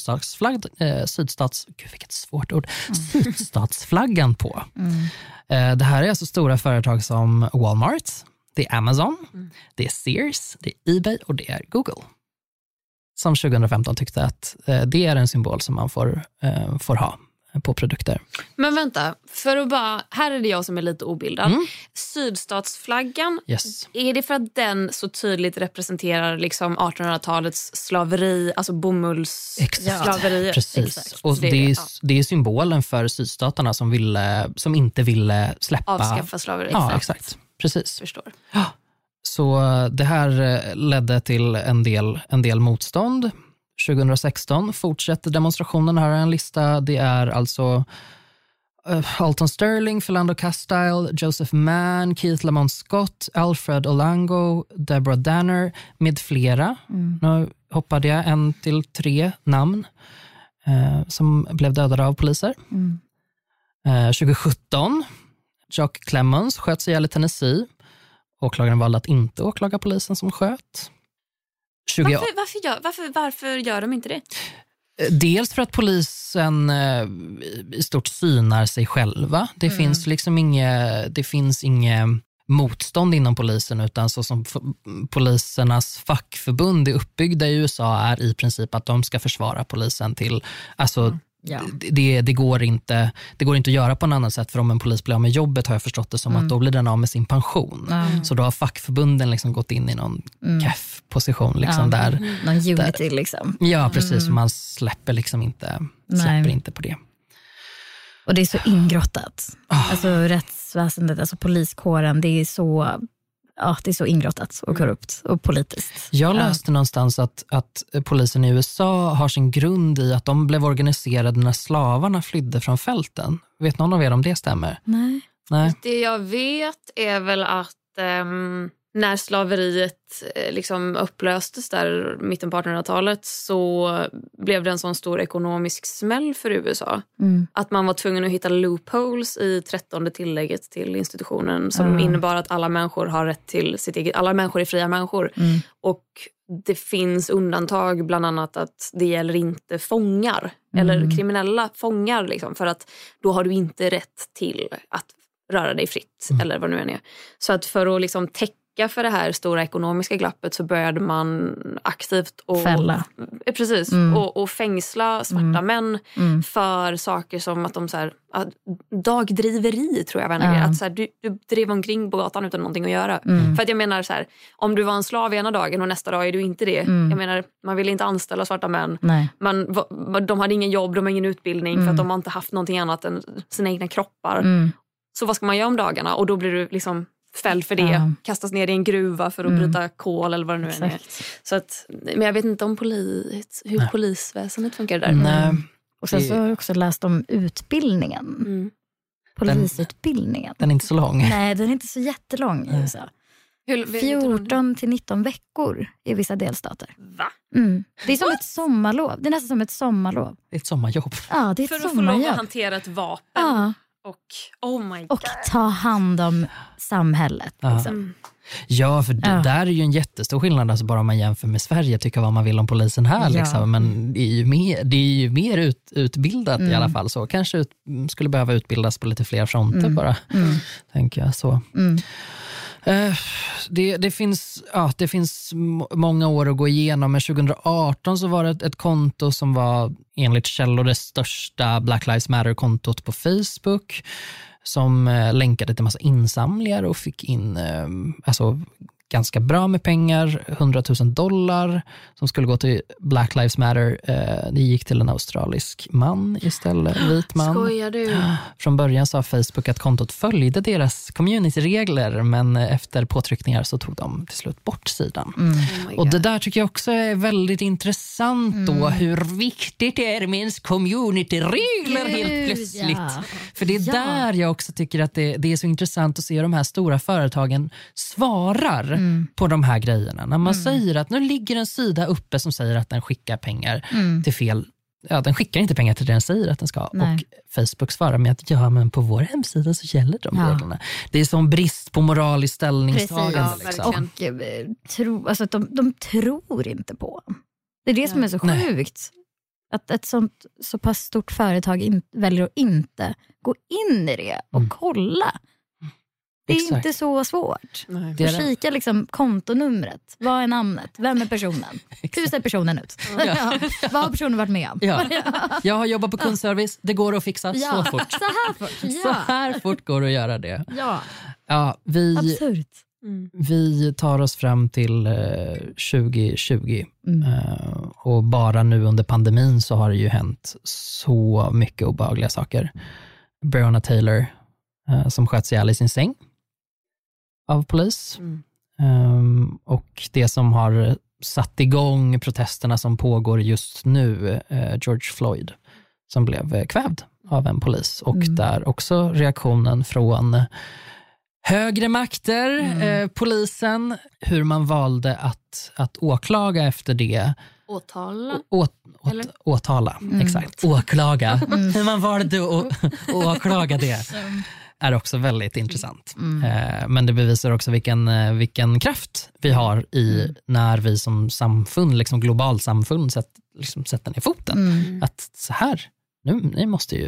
sydstatsflaggan på. Det här är alltså stora företag som Walmart, det är Amazon, det är Sears, det är eBay och det är Google. Som 2015 tyckte att det är en symbol som man får ha på produkter. Men vänta, här är det jag som är lite obildad. Sydstatsflaggan, är det för att den så tydligt representerar liksom 1800-talets slaveri, alltså bomullsslaveri? Precis. Exakt. Och det är symbolen för sydstaterna som inte ville släppa... Avskaffa slaveri. Ja, exakt. Precis. Förstår. Ja. Så det här ledde till en del motstånd. 2016 fortsätter demonstrationen. Här är en lista. Det är alltså Alton Sterling, Philando Castile, Joseph Mann, Keith Lamont Scott, Alfred Olango, Deborah Danner med flera. Nu hoppade jag 1 till 3 namn som blev dödade av poliser. 2017 Jock Clemens sköts ihjäl i Tennessee. Åklagaren valde att inte åklaga polisen som sköt. Varför gör de inte det? Dels för att polisen i stort synar sig själva. Det finns liksom inget motstånd inom polisen, utan så som polisernas fackförbund är uppbyggda i USA är i princip att de ska försvara polisen till... Alltså, det går inte att göra på en annan sätt, för om en polis blir av med jobbet har jag förstått det som att då blir den av med sin pension. Så då har fackförbunden liksom gått in i någon keff-position liksom där. Någon unity liksom. Ja, precis. Man släpper liksom inte på det. Och det är så ingrottat. Alltså rättsväsendet, alltså poliskåren, det är så ingrottat och korrupt och politiskt. Jag läste någonstans att polisen i USA har sin grund i att de blev organiserade när slavarna flydde från fälten. Vet någon av er om det stämmer? Nej. Det jag vet är väl att när slaveriet liksom upplöstes där mitten på 1800-talet så blev det en sån stor ekonomisk smäll för USA. Att man var tvungen att hitta loopholes i 13:e tillägget till institutionen som innebar att alla människor har rätt till sitt eget, alla människor är fria människor. Och det finns undantag, bland annat att det gäller inte fångar eller kriminella fångar liksom, för att då har du inte rätt till att röra dig fritt eller vad nu än är. Så att för att liksom täcka för det här stora ekonomiska glappet så började man aktivt fälla. Precis, och fängsla svarta män för saker som att de så här, dagdriveri tror jag var att så här, du drev omkring på gatan utan någonting att göra. För att jag menar så här, om du var en slav ena dagen och nästa dag är du inte det. Jag menar, man ville inte anställa svarta män. De hade ingen jobb, de har ingen utbildning för att de har inte haft någonting annat än sina egna kroppar. Så vad ska man göra om dagarna? Och då blir du liksom fälld för det, kastas ner i en gruva för att bryta kol eller vad det nu är. Så att, men jag vet inte om hur polisväsendet funkar där. Nej. Och sen så har jag också läst om utbildningen. Polisutbildningen. Den är inte så lång. Nej, den är inte så jättelång i USA. 14 till 19 veckor i vissa delstater. Va? Det är som ett sommarlov. Det är nästan som ett sommarlov. Det är ett sommarjobb. Ja, det är ett för att sommarjobb. få lov att hantera ett vapen. Och, oh my God. Och ta hand om samhället. Liksom. Ja, för där är ju en jättestor skillnad. Alltså bara om man jämför med Sverige, tycker vad man vill om polisen här. Liksom. Men det är ju mer utbildat i alla fall. Så kanske skulle behöva utbildas på lite fler fronter bara. Tänker jag så. Det finns många år att gå igenom, men 2018 så var det ett konto som var enligt källor det största Black Lives Matter-kontot på Facebook, som länkade till massa insamlingar och fick in ganska bra med pengar, $100,000 som skulle gå till Black Lives Matter. Det gick till en australisk man istället, vit man. Skojar du? Från början sa Facebook att kontot följde deras community-regler, men efter påtryckningar så tog de till slut bort sidan. Och det där tycker jag också är väldigt intressant då, hur viktigt det är med ens community-regler helt plötsligt. För det är där jag också tycker att det är så intressant att se hur de här stora företagen svarar på de här grejerna. När man säger att nu ligger en sida uppe som säger att den skickar pengar till fel. Ja, den skickar inte pengar till det den säger att den ska. Nej. Och Facebook svarar med att men på vår hemsida så gäller de reglerna. Det är som brist på moraliskt ställningstagande. Liksom. Och de tror inte på. Det är det som är så sjukt. Att ett sånt så pass stort företag väljer att inte gå in i det och kolla. Det är inte så svårt. Du kika liksom kontonumret. Vad är namnet? Vem är personen? Hur ser personen ut? Vad har personen varit med om? Jag har jobbat på kundservice. Det går att fixa så fort. Så här fort går det att göra det. Absurt. Vi tar oss fram till 2020 och bara nu under pandemin så har det ju hänt så mycket obehagliga saker. Breonna Taylor som sköts ihjäl i sin säng av polis. Och det som har satt igång protesterna som pågår just nu, George Floyd som blev kvävd av en polis, och där också reaktionen från högre makter, polisen, hur man valde att åklaga efter det. Åtala, exakt. Åklaga. Hur man valde att åklaga det är också väldigt intressant. Men det bevisar också vilken kraft vi har i när vi som samfund, liksom globalt samfund, sätter ner foten. Att så här, ni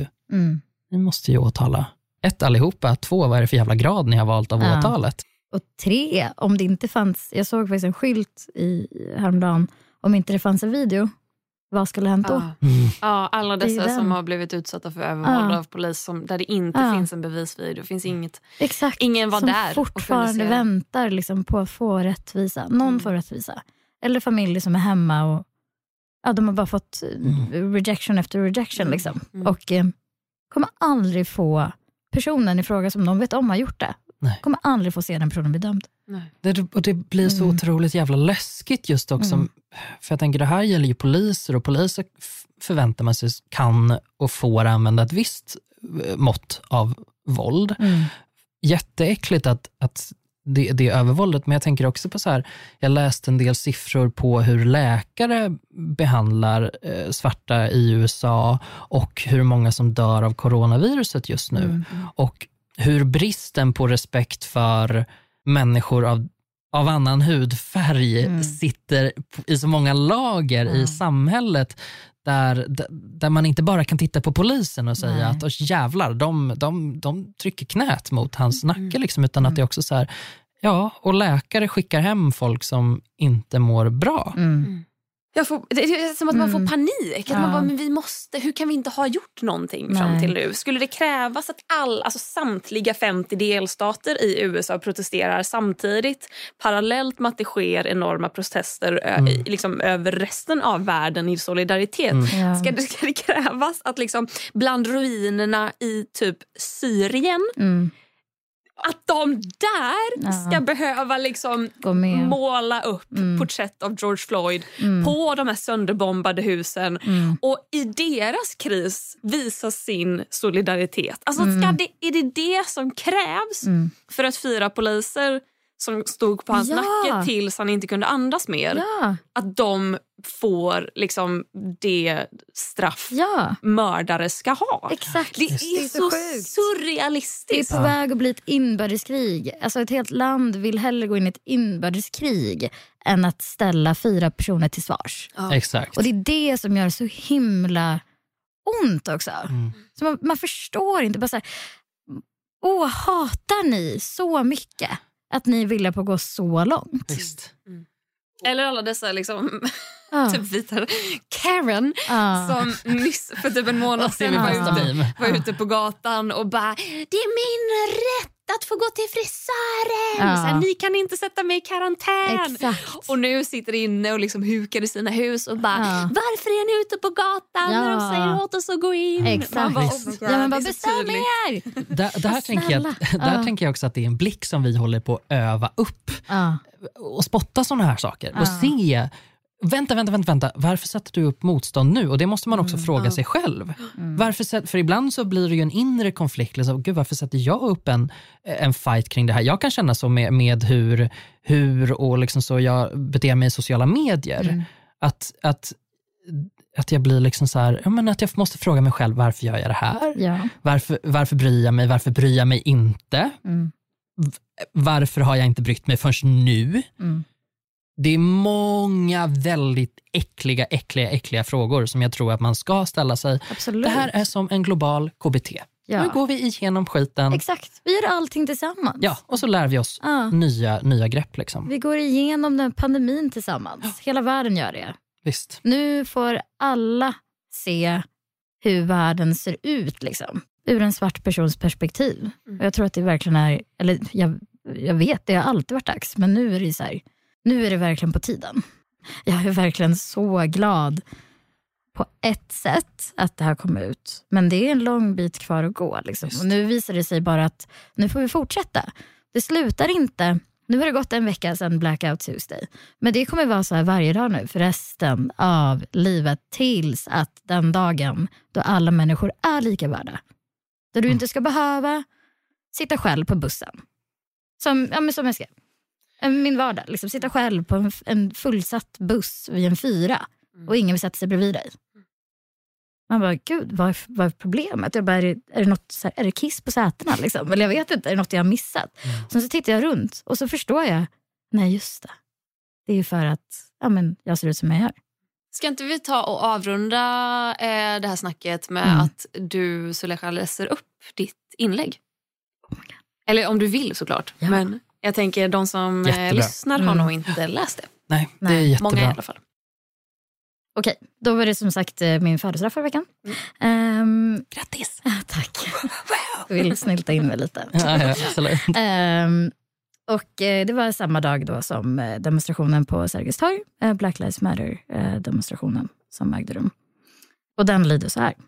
måste ju åtala. 1, allihopa. 2, vad är det för jävla grad ni har valt av åtalet? Och 3, om det inte fanns, jag såg faktiskt en skylt häromdagen, om inte det fanns en video, vad skulle hända då? Ja, alla dessa som har blivit utsatta för övervåld av polis där det inte finns en bevisvideo, det finns inget. Exakt. Ingen var som där fortfarande väntar liksom på att få rättvisa. Någon får rättvisa. Eller familjer som är hemma och de har bara fått rejection efter rejection liksom. Och kommer aldrig få personen i fråga som de vet om har gjort det. Nej. Kommer aldrig få se den personen bli dömd. Det blir så otroligt jävla läskigt just också. För jag tänker, det här gäller ju poliser, och poliser förväntar man sig kan och får använda ett visst mått av våld. Jätteäckligt att det är övervåldet, men jag tänker också på så här, jag läste en del siffror på hur läkare behandlar svarta i USA och hur många som dör av coronaviruset just nu. Och hur bristen på respekt för människor av annan hudfärg sitter i så många lager i samhället, där man inte bara kan titta på polisen och säga att jävlar, de trycker knät mot hans nacke liksom, utan att det är också så här, och läkare skickar hem folk som inte mår bra. Det är som att man får panik. Att man bara, men hur kan vi inte ha gjort någonting fram till nu? Skulle det krävas att samtliga 50 delstater i USA protesterar samtidigt, parallellt med att det sker enorma protester liksom över resten av världen i solidaritet? Ska det krävas att liksom bland ruinerna i typ Syrien Att de där ska behöva liksom måla upp porträtt av George Floyd på de här sönderbombade husen och i deras kris visa sin solidaritet. Alltså är det som krävs för att 4 poliser som stod på hans nacke tills han inte kunde andas mer, att de får liksom det straff mördare ska ha. Exakt. Det är så surrealistiskt. Det är på väg att bli ett inbördeskrig. Alltså ett helt land vill hellre gå in i ett inbördeskrig än att ställa 4 personer till svars. Exakt. Och det är det som gör så himla ont också. Så man förstår inte. Bara så här, hatar ni så mycket att ni ville på gå så långt? Visst. Eller alla dessa liksom typ vita Karen som nyss för typ en månad sedan var ute på gatan och bara, det är min rätt att få gå till frisören. Så här, ni kan inte sätta mig i karantän. Exakt. Och nu sitter inne och liksom hukar i sina hus och bara, varför är ni ute på gatan när de säger åt oss att gå in? Exakt. Man bara bestäm er. Där tänker jag också att det är en blick som vi håller på att öva upp och spotta såna här saker och se. Vänta, varför sätter du upp motstånd nu? Och det måste man också fråga sig själv. För ibland så blir det ju en inre konflikt. Liksom, gud, varför sätter jag upp en fight kring det här? Jag kan känna så med hur och liksom så jag beter mig i sociala medier. Att jag blir liksom så här, men att jag måste fråga mig själv, varför gör jag det här? Ja. Varför bryr jag mig? Varför bryr jag mig inte? Varför har jag inte brytt mig förrän nu? Det är många väldigt äckliga frågor som jag tror att man ska ställa sig. Absolut. Det här är som en global KBT. Nu går vi igenom skiten. Exakt, vi gör allting tillsammans. Ja, och så lär vi oss nya grepp. Liksom. Vi går igenom den pandemin tillsammans. Hela världen gör det. Visst. Nu får alla se hur världen ser ut liksom, ur en svart persons perspektiv. Och jag tror att det verkligen är, eller jag vet, det har alltid varit dags, men nu är det så här. Nu är det verkligen på tiden. Jag är verkligen så glad på ett sätt att det här kommer ut. Men det är en lång bit kvar att gå. Liksom. Och nu visar det sig bara att nu får vi fortsätta. Det slutar inte. Nu har det gått en vecka sedan Blackout Tuesday. Men det kommer vara så här varje dag nu för resten av livet. Tills att den dagen då alla människor är lika värda. Där du inte ska behöva sitta själv på bussen. Som jag skrev. Min vardag, liksom sitta själv på en fullsatt buss vid en 4 och ingen vill sätta sig bredvid dig. Man bara, gud, vad är problemet? Jag bara, är det kiss på sätena liksom? Eller jag vet inte, är det något jag har missat? Sen så tittar jag runt och så förstår jag, nej just det. Det är ju för att jag ser ut som jag gör. Ska inte vi ta och avrunda det här snacket med att du Zulekha läser upp ditt inlägg? Eller om du vill såklart, men... Jag tänker de som lyssnar har nog inte läst det. Nej, det är jättebra. Många i alla fall. Okej, då var det som sagt min födelsedag förra veckan. Grattis! Tack. Jag vill snylta in mig lite. Ja, absolut. Och det var samma dag då som demonstrationen på Sergels torg. Black Lives Matter demonstrationen som ägde rum. Och den lyder så här.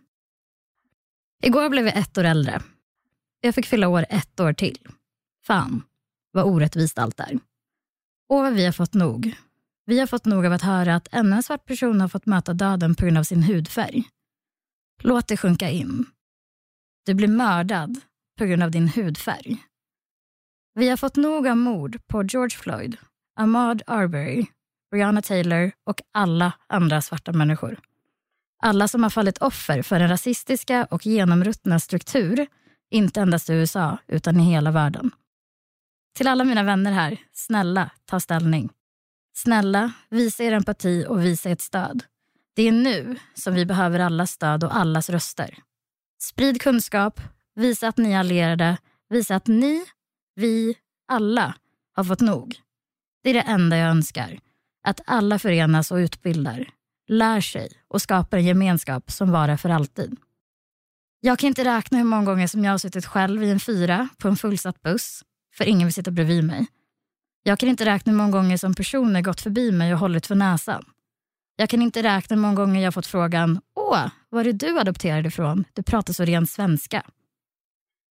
Igår blev jag 1 år äldre. Jag fick fylla år 1 år till. Fan. Vad orättvist allt är. Och vad vi har fått nog. Vi har fått nog av att höra att ännu en svart person har fått möta döden på grund av sin hudfärg. Låt det sjunka in. Du blir mördad på grund av din hudfärg. Vi har fått nog av mord på George Floyd, Ahmaud Arbery, Breonna Taylor och alla andra svarta människor. Alla som har fallit offer för den rasistiska och genomruttna struktur, inte endast i USA utan i hela världen. Till alla mina vänner här, snälla, ta ställning. Snälla, visa er empati och visa ert stöd. Det är nu som vi behöver allas stöd och allas röster. Sprid kunskap, visa att ni är allierade, visa att ni, vi, alla har fått nog. Det är det enda jag önskar. Att alla förenas och utbildar, lär sig och skapar en gemenskap som varar för alltid. Jag kan inte räkna hur många gånger som jag har suttit själv i en 4 på en fullsatt buss. För ingen vill sitta bredvid mig. Jag kan inte räkna hur många gånger som personer gått förbi mig och hållit för näsan. Jag kan inte räkna hur många gånger jag fått frågan: var är du adopterad ifrån? Du pratar så ren svenska.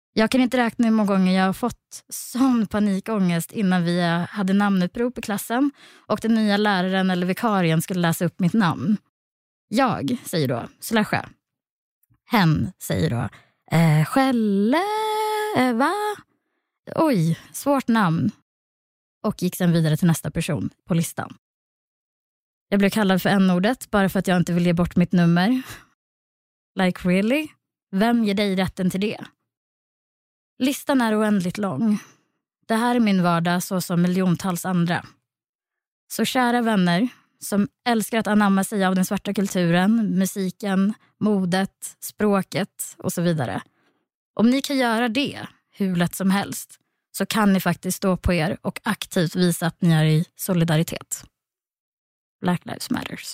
Jag kan inte räkna hur många gånger jag har fått sån panikångest innan vi hade namnupprop i klassen och den nya läraren eller vikarien skulle läsa upp mitt namn. Jag säger då Slasha. Hen säger då Skälle, va? Oj, svårt namn. Och gick sen vidare till nästa person på listan. Jag blev kallad för n-ordet bara för att jag inte vill ge bort mitt nummer. Like really? Vem ger dig rätten till det? Listan är oändligt lång. Det här är min vardag så som miljontals andra. Så kära vänner som älskar att anamma sig av den svarta kulturen, musiken, modet, språket och så vidare. Om ni kan göra det hur lätt som helst så kan ni faktiskt stå på er och aktivt visa att ni är i solidaritet. Black Lives Matters.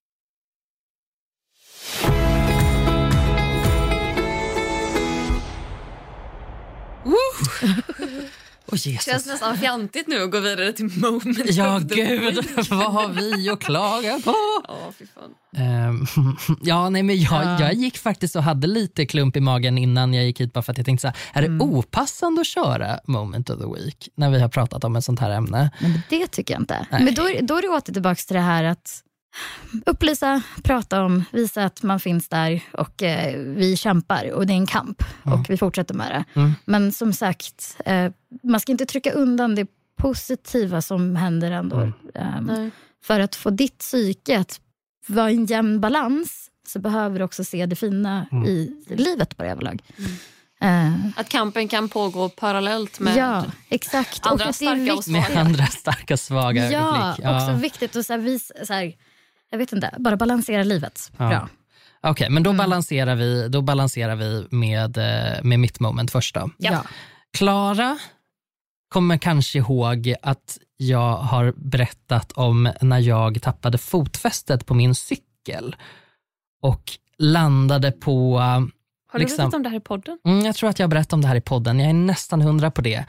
Känns nästan fjantigt nu att gå vidare till moment. Ja, gud, vad har vi att klaga på? Fy fan. Ja, nej, men jag gick faktiskt och hade lite klump i magen innan jag gick hit bara för att jag tänkte så här, är det opassande att köra moment of the week när vi har pratat om ett sånt här ämne? Men det tycker jag inte. Nej. Men då är det åter tillbaka till det här att upplysa, prata om, visa att man finns där och vi kämpar och det är en kamp och vi fortsätter med det. Men som sagt, man ska inte trycka undan det positiva som händer ändå. För att få ditt psyke att vara i en jämn balans så behöver du också se det fina i livet på det överlag. Att kampen kan pågå parallellt med exakt. andra och starka och svaga. Med andra starka svaga ögonblick. Ja, också viktigt att så här, jag vet inte, bara balansera livet. Bra. Okej, men då balanserar vi med mitt moment först då. Ja. Klara kommer kanske ihåg att jag har berättat om när jag tappade fotfästet på min cykel och landade på... Har du berättat om det här i podden? Jag tror att jag berättade om det här i podden. Jag är nästan 100 på det.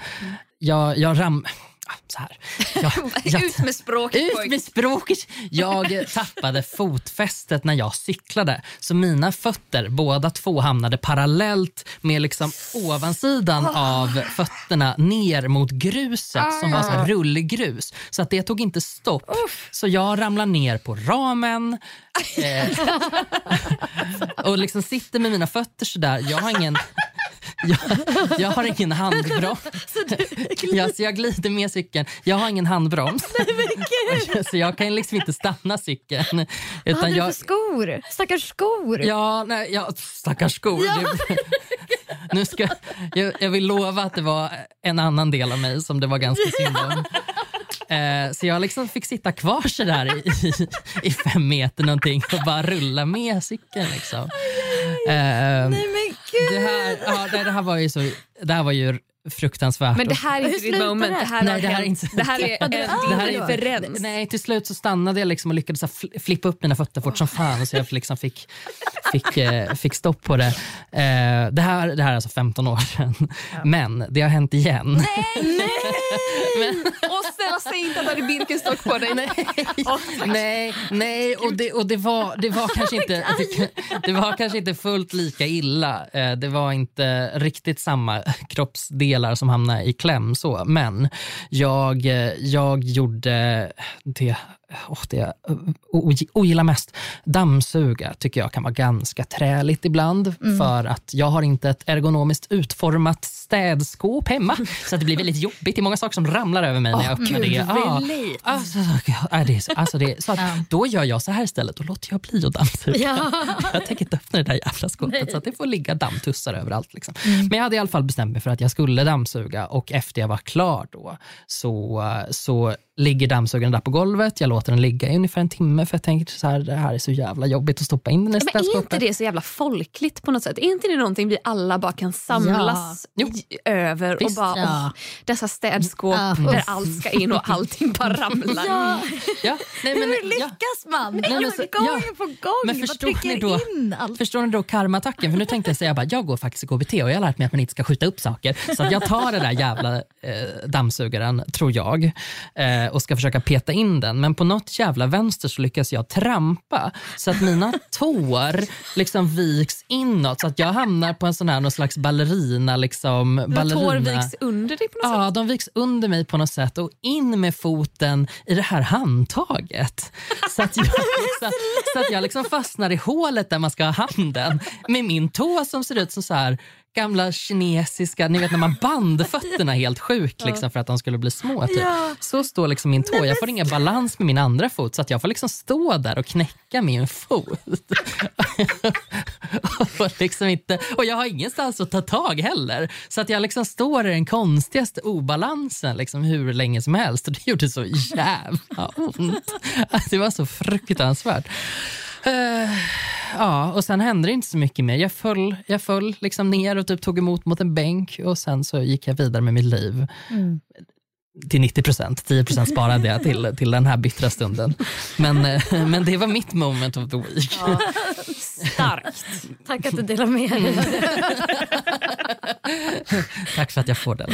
Så här. Ut med språket. Ut med språket. Jag tappade fotfästet när jag cyklade. Så mina fötter, båda två, hamnade parallellt med liksom ovansidan av fötterna ner mot gruset som var så här rullgrus. Så att det tog inte stopp. Så jag ramlade ner på ramen. Och liksom sitter med mina fötter så där. Jag har ingen... Jag har ingen handbroms. Så jag glider med cykeln. Jag har ingen handbroms. Så jag kan liksom inte stanna cykeln. Vad hade du för skor? Stackars skor. Stackars skor. Jag vill lova att det var en annan del av mig som det var ganska synd om. Så jag liksom fick sitta kvar så där i 5 meter någonting och bara rulla med cykeln liksom. Nej men gud. Det här var ju fruktansvärt. Men det här är inte ditt moment. Det här är en referens. Nej, till slut så stannade jag liksom och lyckades flippa upp mina fötter fort som fan så jag liksom fick stopp på det. Det här är alltså 15 år sedan. Men det har hänt igen. Nej! Och ställa sig inte att det är Birkenstock på dig. Nej, och det var kanske inte det var kanske inte fullt lika illa. Det var inte riktigt samma kroppsdelar som hamnade i kläm så, men jag gjorde det jag ogillar mest. Dammsuga tycker jag kan vara ganska träligt ibland för att jag har inte ett ergonomiskt utformat städskåp hemma så att det blir väldigt jobbigt. Det är många saker som ramlar över mig när jag öppnar det. Så att då gör jag så här istället. Då låter jag bli att dammsuga. Jag tänker inte öppna det där jävla skåpet så att det får ligga dammtussar överallt liksom. Men jag hade i alla fall bestämt mig för att jag skulle dammsuga och efter jag var klar då så ligger dammsugaren där på golvet. Jag låter den ligga i ungefär en timme för jag tänker så här, det här är så jävla jobbigt att stoppa in den i städskåpet. Men är inte det så jävla folkligt på något sätt? Är inte det någonting vi alla bara kan samlas över och bara dessa städskåp där allt ska in och allting bara ramlar. Hur lyckas man? Gång på gång. Men förstår ni då karma-attacken? För nu tänkte jag säga jag går faktiskt i KBT och jag har lärt mig att man inte ska skjuta upp saker. Så att jag tar det där jävla dammsugaren, tror jag. och ska försaka peta in den. Men på något jävla vänster så lyckas jag trampa så att mina tår liksom viks inåt. Så att jag hamnar på en sån här någon slags ballerina. Liksom, tår viks under dig på något sätt? Ja, de viks under mig på något sätt och in med foten i det här handtaget. Så att jag liksom fastnar i hålet där man ska ha handen med min tå som ser ut som så här gamla kinesiska, ni vet när man band fötterna helt sjukt liksom, för att de skulle bli små typ. Så står liksom min tå, jag får ingen balans med min andra fot så att jag får liksom stå där och knäcka min fot. och jag har ingenstans att ta tag heller, så att jag liksom står i den konstigaste obalansen liksom hur länge som helst, och det gjorde så jävla ont. Det var så fruktansvärt. Ja, och sen hände det inte så mycket mer. Jag föll liksom ner och typ tog emot mot en bänk, och sen så gick jag vidare med mitt liv. Till 90%, 10% sparade jag till den här bittra stunden. Men det var mitt moment of the week. Ja, starkt. Tack att du delar med dig. Tack för att jag får den.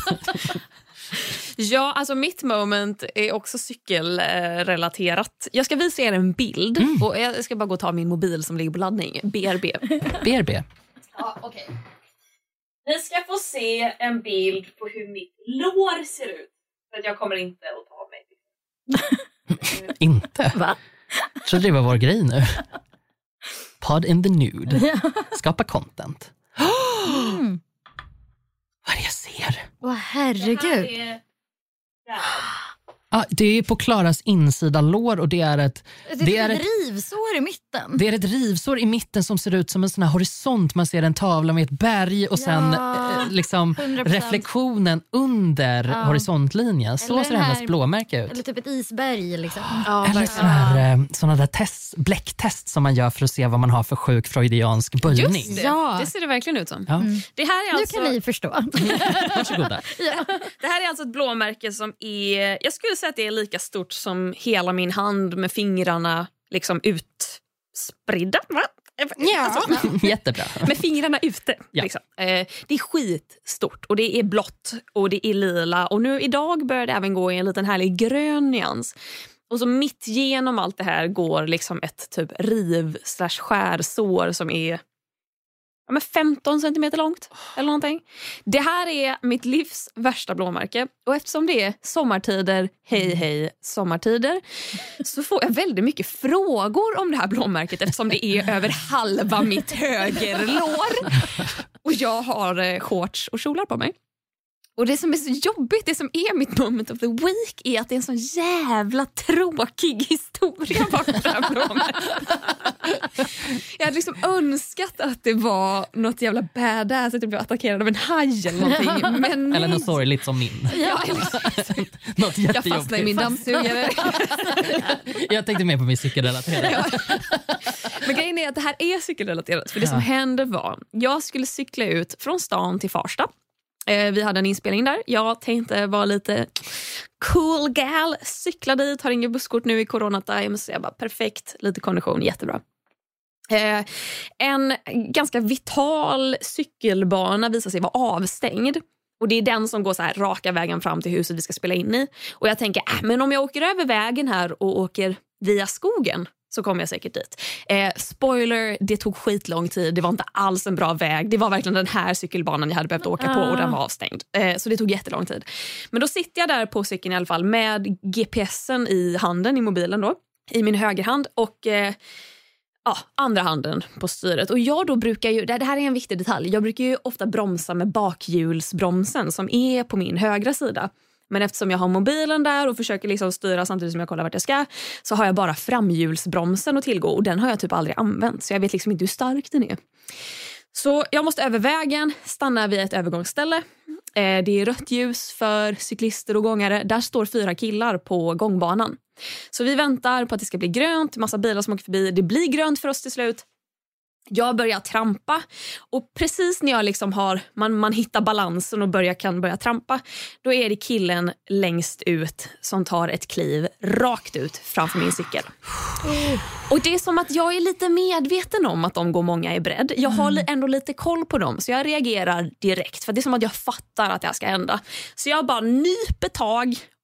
Ja, alltså mitt moment är också cykelrelaterat. Jag ska visa er en bild och jag ska bara gå och ta min mobil som ligger på laddning. BRB. Ja, okej. Ni ska få se en bild på hur mitt lår ser ut. För att jag kommer inte att ta mig. Inte? Va? Jag trodde det var vår grej nu. Pod in the nude. Skapa content. Vad är det jag ser? Åh, herregud. Det är på Klaras insida lår, och det är ett rivsår i mitten. Det är ett rivsår i mitten som ser ut som en sån här horisont. Man ser en tavla med ett berg och sen liksom 100%. Reflektionen under horisontlinjen. Så ser hennes blåmärke ut. Eller typ ett isberg liksom. Eller såna där bläcktest som man gör för att se vad man har för sjuk freudiansk böjning. Just det, det ser det verkligen ut som. Ja. Det här är alltså... Nu kan ni förstå. Varsågoda. Det här är alltså ett blåmärke som är... Jag skulle säga att det är lika stort som hela min hand med fingrarna liksom utspridda. Va? Ja. Alltså, jättebra. Med fingrarna ute. Ja. Liksom. Det är skitstort och det är blått och det är lila. Och nu idag börjar det även gå i en liten härlig grön nyans. Och så mitt genom allt det här går liksom ett typ riv/skärsår som är 15 centimeter långt eller någonting. Det här är mitt livs värsta blåmärke. Och eftersom det är sommartider, hej sommartider, så får jag väldigt mycket frågor om det här blåmärket eftersom det är över halva mitt högerlår. Och jag har shorts och kjolar på mig. Och det som är så jobbigt, det som är mitt moment of the week, är att det är en sån jävla tråkig historia bakom det här blåmärket. Jag hade liksom önskat att det var något jävla badass, att jag blev attackerad av en haj eller någonting. Men eller något sorgligt som min. Ja, något jättejobbigt. Jag fastnade i min dammsugare. Jag tänkte mer på min cykelrelaterade. Men grejen är att det här är cykelrelaterat. För det som hände var, jag skulle cykla ut från stan till Farsta. Vi hade en inspelning där. Jag tänkte vara lite cool gal. Cykla dit, har ingen busskort nu i coronatime. Så jag bara perfekt, lite kondition, jättebra. En ganska vital cykelbana visar sig vara avstängd. Och det är den som går så här raka vägen fram till huset vi ska spela in i. Och jag tänker, men om jag åker över vägen här och åker via skogen så kommer jag säkert dit. Spoiler, det tog skitlång tid. Det var inte alls en bra väg. Det var verkligen den här cykelbanan jag hade behövt åka på och den var avstängd. Så det tog jättelång tid. Men då sitter jag där på cykeln i alla fall med GPSen i handen, i mobilen då. I min högerhand och andra handen på styret. Och jag då brukar ju, det här är en viktig detalj. Jag brukar ju ofta bromsa med bakhjulsbromsen som är på min högra sida. Men eftersom jag har mobilen där och försöker liksom styra samtidigt som jag kollar vart jag ska, så har jag bara framhjulsbromsen att tillgå. Och den har jag typ aldrig använt. Så jag vet liksom inte hur stark den är. Så jag måste över vägen, stanna vid ett övergångsställe. Det är rött ljus för cyklister och gångare. Där står 4 killar på gångbanan. Så vi väntar på att det ska bli grönt. Massa bilar som åker förbi. Det blir grönt för oss till slut. Jag börjar trampa och precis när jag liksom har man hittar balansen och kan börja trampa, då är det killen längst ut som tar ett kliv rakt ut framför min cykel. Och det är som att jag är lite medveten om att de går många i bredd. Jag har ändå lite koll på dem, så jag reagerar direkt, för det är som att jag fattar att det här ska hända. Så jag bara nyper tag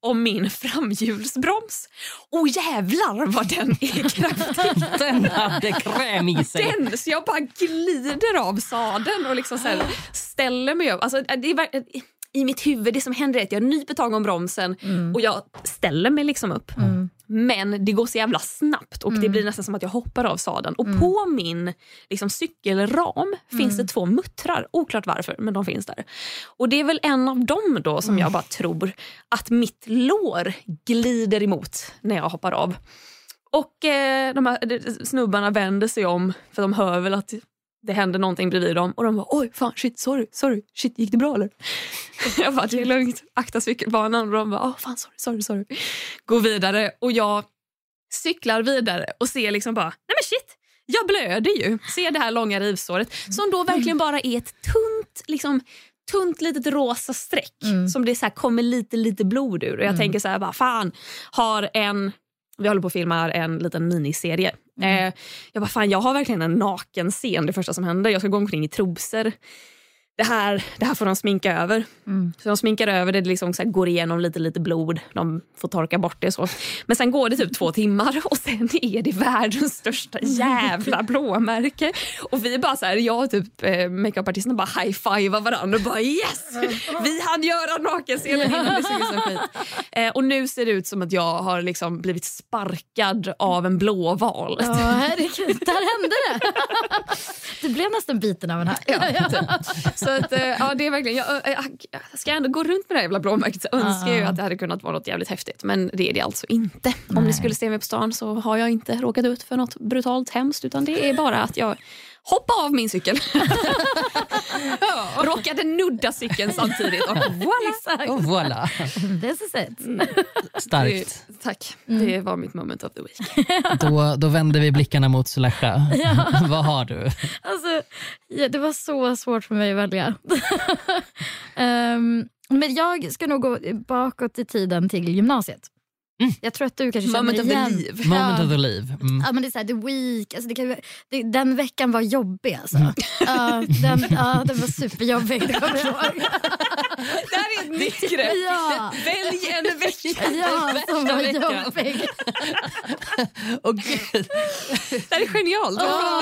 om min framhjulsbroms. Och jävlar vad den är kraftig. Den hade kräm i sig. Så jag bara glider av sadeln och liksom så här ställer mig upp. Alltså, det är i mitt huvud, det som händer är att jag nyper tag om bromsen och jag ställer mig liksom upp. Men det går så jävla snabbt och det blir nästan som att jag hoppar av sadeln. Och på min liksom, cykelram finns det 2 muttrar. Oklart varför, men de finns där. Och det är väl en av dem då som jag bara tror att mitt lår glider emot när jag hoppar av. Och de här snubbarna vänder sig om för de hör väl att det hände någonting bredvid dem. Och de bara, oj fan, sorry, shit, gick det bra eller? Jag bara, det är lugnt, akta cykelbanan. Och de bara, fan, sorry. Gå vidare och jag cyklar vidare och ser liksom bara, nej men shit, jag blöder ju. Ser det här långa rivsåret som då verkligen bara är ett tunt litet rosa streck som det så här kommer lite blod ur. Och jag tänker så här, bara fan, vi håller på att filma en liten miniserie. Jag bara, fan, jag har verkligen en naken scen, det första som händer. Jag ska gå omkring i trosor. Det här får de sminka över. Så de sminkar över det liksom så här, går igenom lite blod. De får torka bort det så. Men sen går det typ 2 timmar och sen är det världens största jävla blåmärke. Och vi bara så här, jag och typ makeupartisterna bara high-fivar varandra och bara yes! Vi hann göra nakenscenen innan det såg ut som skit. Och nu ser det ut som att jag har liksom blivit sparkad av en blåval. Ja, herregud, där hände det. Du blev nästan biten av den här. Ja, så att, ja, det är verkligen, jag ska ändå gå runt med det här jävla blåmärket, så önskar jag ju att det hade kunnat vara något jävligt häftigt. Men det är det alltså inte. Om ni skulle se mig på stan så har jag inte råkat ut för något brutalt hemskt, utan det är bara att jag hoppade av min cykel. Råkade nudda cykeln samtidigt och Voilà. This is it. Starkt. Tack, det var mitt moment of the week. Då vänder vi blickarna mot Zulekha. Vad har du? Alltså, det var så svårt för mig att välja. Men jag ska nog gå bakåt i tiden till gymnasiet. Jag tror att du kanske känner moment igen. of the live. Moment of the live. Ja, men det är så här, the week. Alltså den veckan var jobbig alltså. Den var superjobbig. Det kommer jag ihåg. Det här är ett nytt grepp. Ja. Välj en vecka. Ja, som var jobbig. Det här är genialt.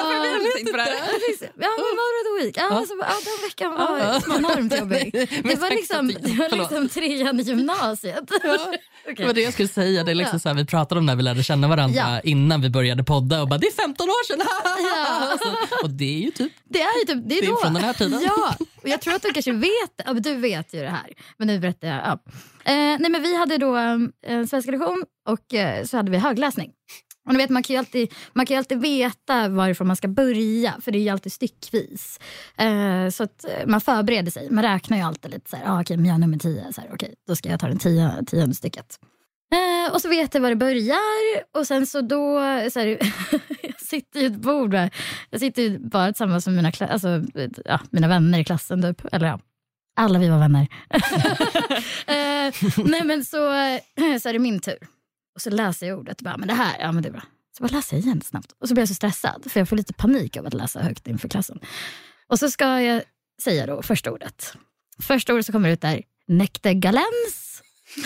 Ja, men var det the week? Alltså, den veckan var enormt jobbig. Det var liksom 3:an i gymnasiet. Okay. Det var det jag skulle säga. Det är liksom så här, vi pratade om när vi lärde känna varandra innan vi började podda och bara, det är 15 år sedan. Och det är ju typ det är då. Från den här tiden. Ja, och jag tror att du kanske vet det. Ja, men du vet ju det här. Men nu berättar jag. Ja. Nej, men vi hade då en svenska lektion och så hade vi högläsning. Och ni vet, man kan ju alltid veta varifrån man ska börja, för det är ju alltid styckvis. Så att man förbereder sig. Man räknar ju alltid lite så här, okej, men jag är nummer 10. Så här, okej, då ska jag ta den 10:e stycket. Och så vet jag var det börjar. Och sen så då, så här, jag sitter ju ett bord där. Jag sitter ju bara tillsammans med mina vänner i klassen typ. Eller ja, alla vi var vänner. Nej, men så är det min tur. Och så läser jag ordet och bara, men det här, ja men det är bra. Så bara läser jag igen snabbt. Och så blir jag så stressad, för jag får lite panik av att läsa högt inför klassen. Och så ska jag säga då första ordet. Första ordet som kommer ut är nektargalens.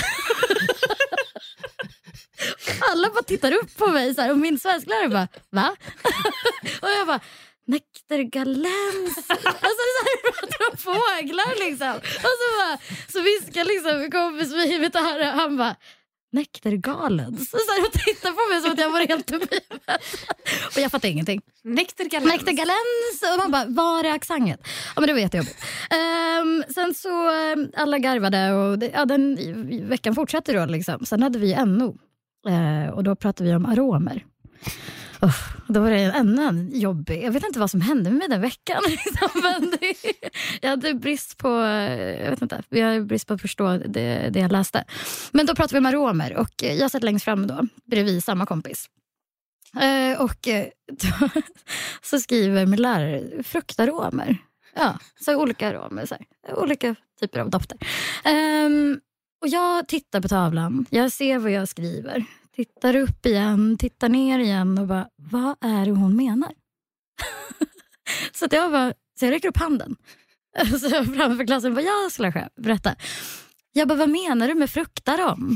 Alla bara tittar upp på mig så här, och min svensklärare bara, va? Och jag bara, nektargalens. Alltså det är så här, vi pratar om fåglar liksom. Och så viskar liksom en kompis vid huvudet och han bara, nektargalens. Så här, och tittar på mig som att jag var helt uppe i huvudet. Och jag fattar ingenting. Nektargalens. Och man bara, var är accenten? Ja, men det var jättejobbigt. Sen så alla garvade och den veckan fortsatte då liksom. Sen hade vi NO. Och då pratade vi om aromer. Då var det ännu jobbig. Jag vet inte vad som hände med den veckan. Jag hade brist på, jag vet inte, vi har brist på att förstå det jag läste. Men då pratade vi om aromer och jag satt längst fram då, bredvid samma kompis. Och då, så skriver min lärare fruktaromer. Ja, så olika aromer, så här, olika typer av dofter. Och jag tittar på tavlan, jag ser vad jag skriver. Tittar upp igen, tittar ner igen och bara, vad är det hon menar? Så jag räcker upp handen. Så framför klassen bara, jag skulle berätta. Jag bara, vad menar du med fruktar om?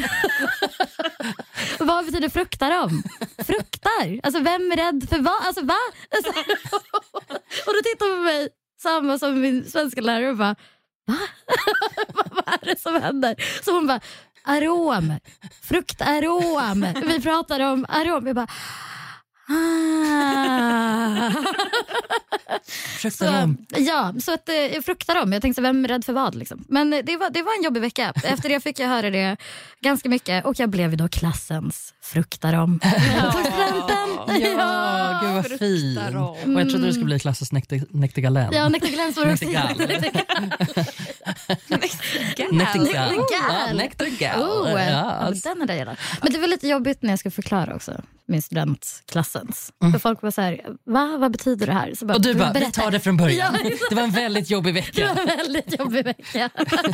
Vad betyder fruktar om? Fruktar? Alltså vem är rädd för vad? Alltså va? Alltså, och då tittar hon på mig, samma som min svenska lärare, och bara, va? Vad är det som händer? Så hon bara, arom, fruktarom. Vi pratar om arom. Jag bara, Fruktarom. Så att jag fruktar om. Jag tänkte, vem är rädd för vad liksom. Men det var en jobbig vecka. Efter det fick jag höra det ganska mycket. Och jag blev ju då klassens fruktarom. Ja, gud vad fin. Och jag trodde det skulle bli klassens nektigalän. Ja, nektigalän var också. Nektigal. Den är det gärna. Men det var lite jobbigt när jag skulle förklara också min studentklassens. För folk var så här, vad betyder det här? Så bara, och du bara, vi tar det från början. Ja, det var en väldigt jobbig vecka. Det var en väldigt jobbig vecka.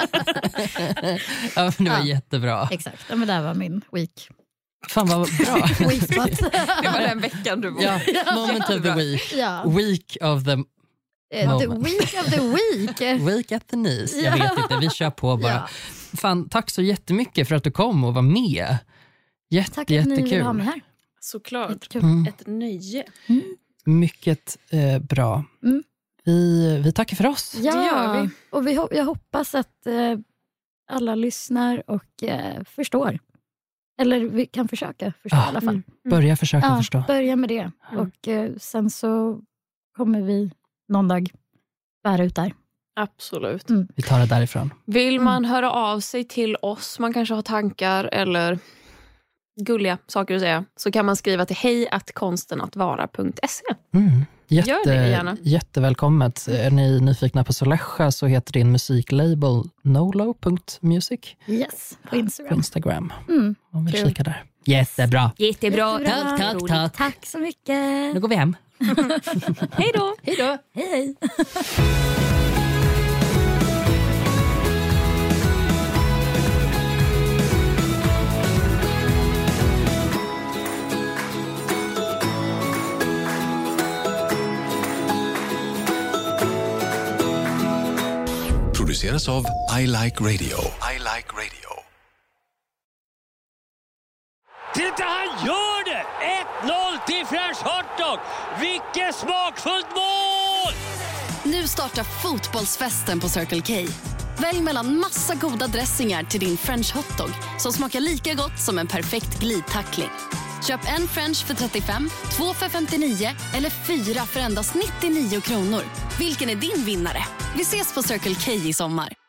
Ja, men det var jättebra. Exakt, men det här var min week. Fan vad bra. Det var den veckan du var. Ja, moment of the week. Ja. Week of the The week of the week. Week at the knees. Jag vet inte, vi kör på bara. Ja. Fan, tack så jättemycket för att du kom och var med. Tack att ni vill ha mig här. Såklart. Ett nöje. Mycket bra. Vi tackar för oss. Ja, det gör vi. Och jag hoppas att alla lyssnar och förstår. Eller vi kan försöka förstå i alla fall. Börja försöka förstå. Börja med det. Och sen så kommer vi någon dag bära ut där. Absolut. Vi tar det därifrån. Vill man höra av sig till oss, man kanske har tankar eller gulliga saker att säga, så kan man skriva till hej@konstenattvara.se. Gör det gärna. Jättevälkommet. Är ni nyfikna på Solecha så heter din musiklabel nolo.music. Yes, på Instagram. Om vi kika där. Jättebra. Jättebra. Tack. Tack så mycket. Nu går vi hem. Hej då. Hej då. Hej. Produceras av I Like Radio. I Like Radio. Titta, han gör det! 1-0 till French Hotdog. Vilket smakfullt mål! Nu startar fotbollsfesten på Circle K. Välj mellan massa goda dressingar till din French Hotdog som smakar lika gott som en perfekt glidtackling. Köp en French för 35, 2 för 59 eller 4 för endast 99 kronor. Vilken är din vinnare? Vi ses på Circle K i sommar.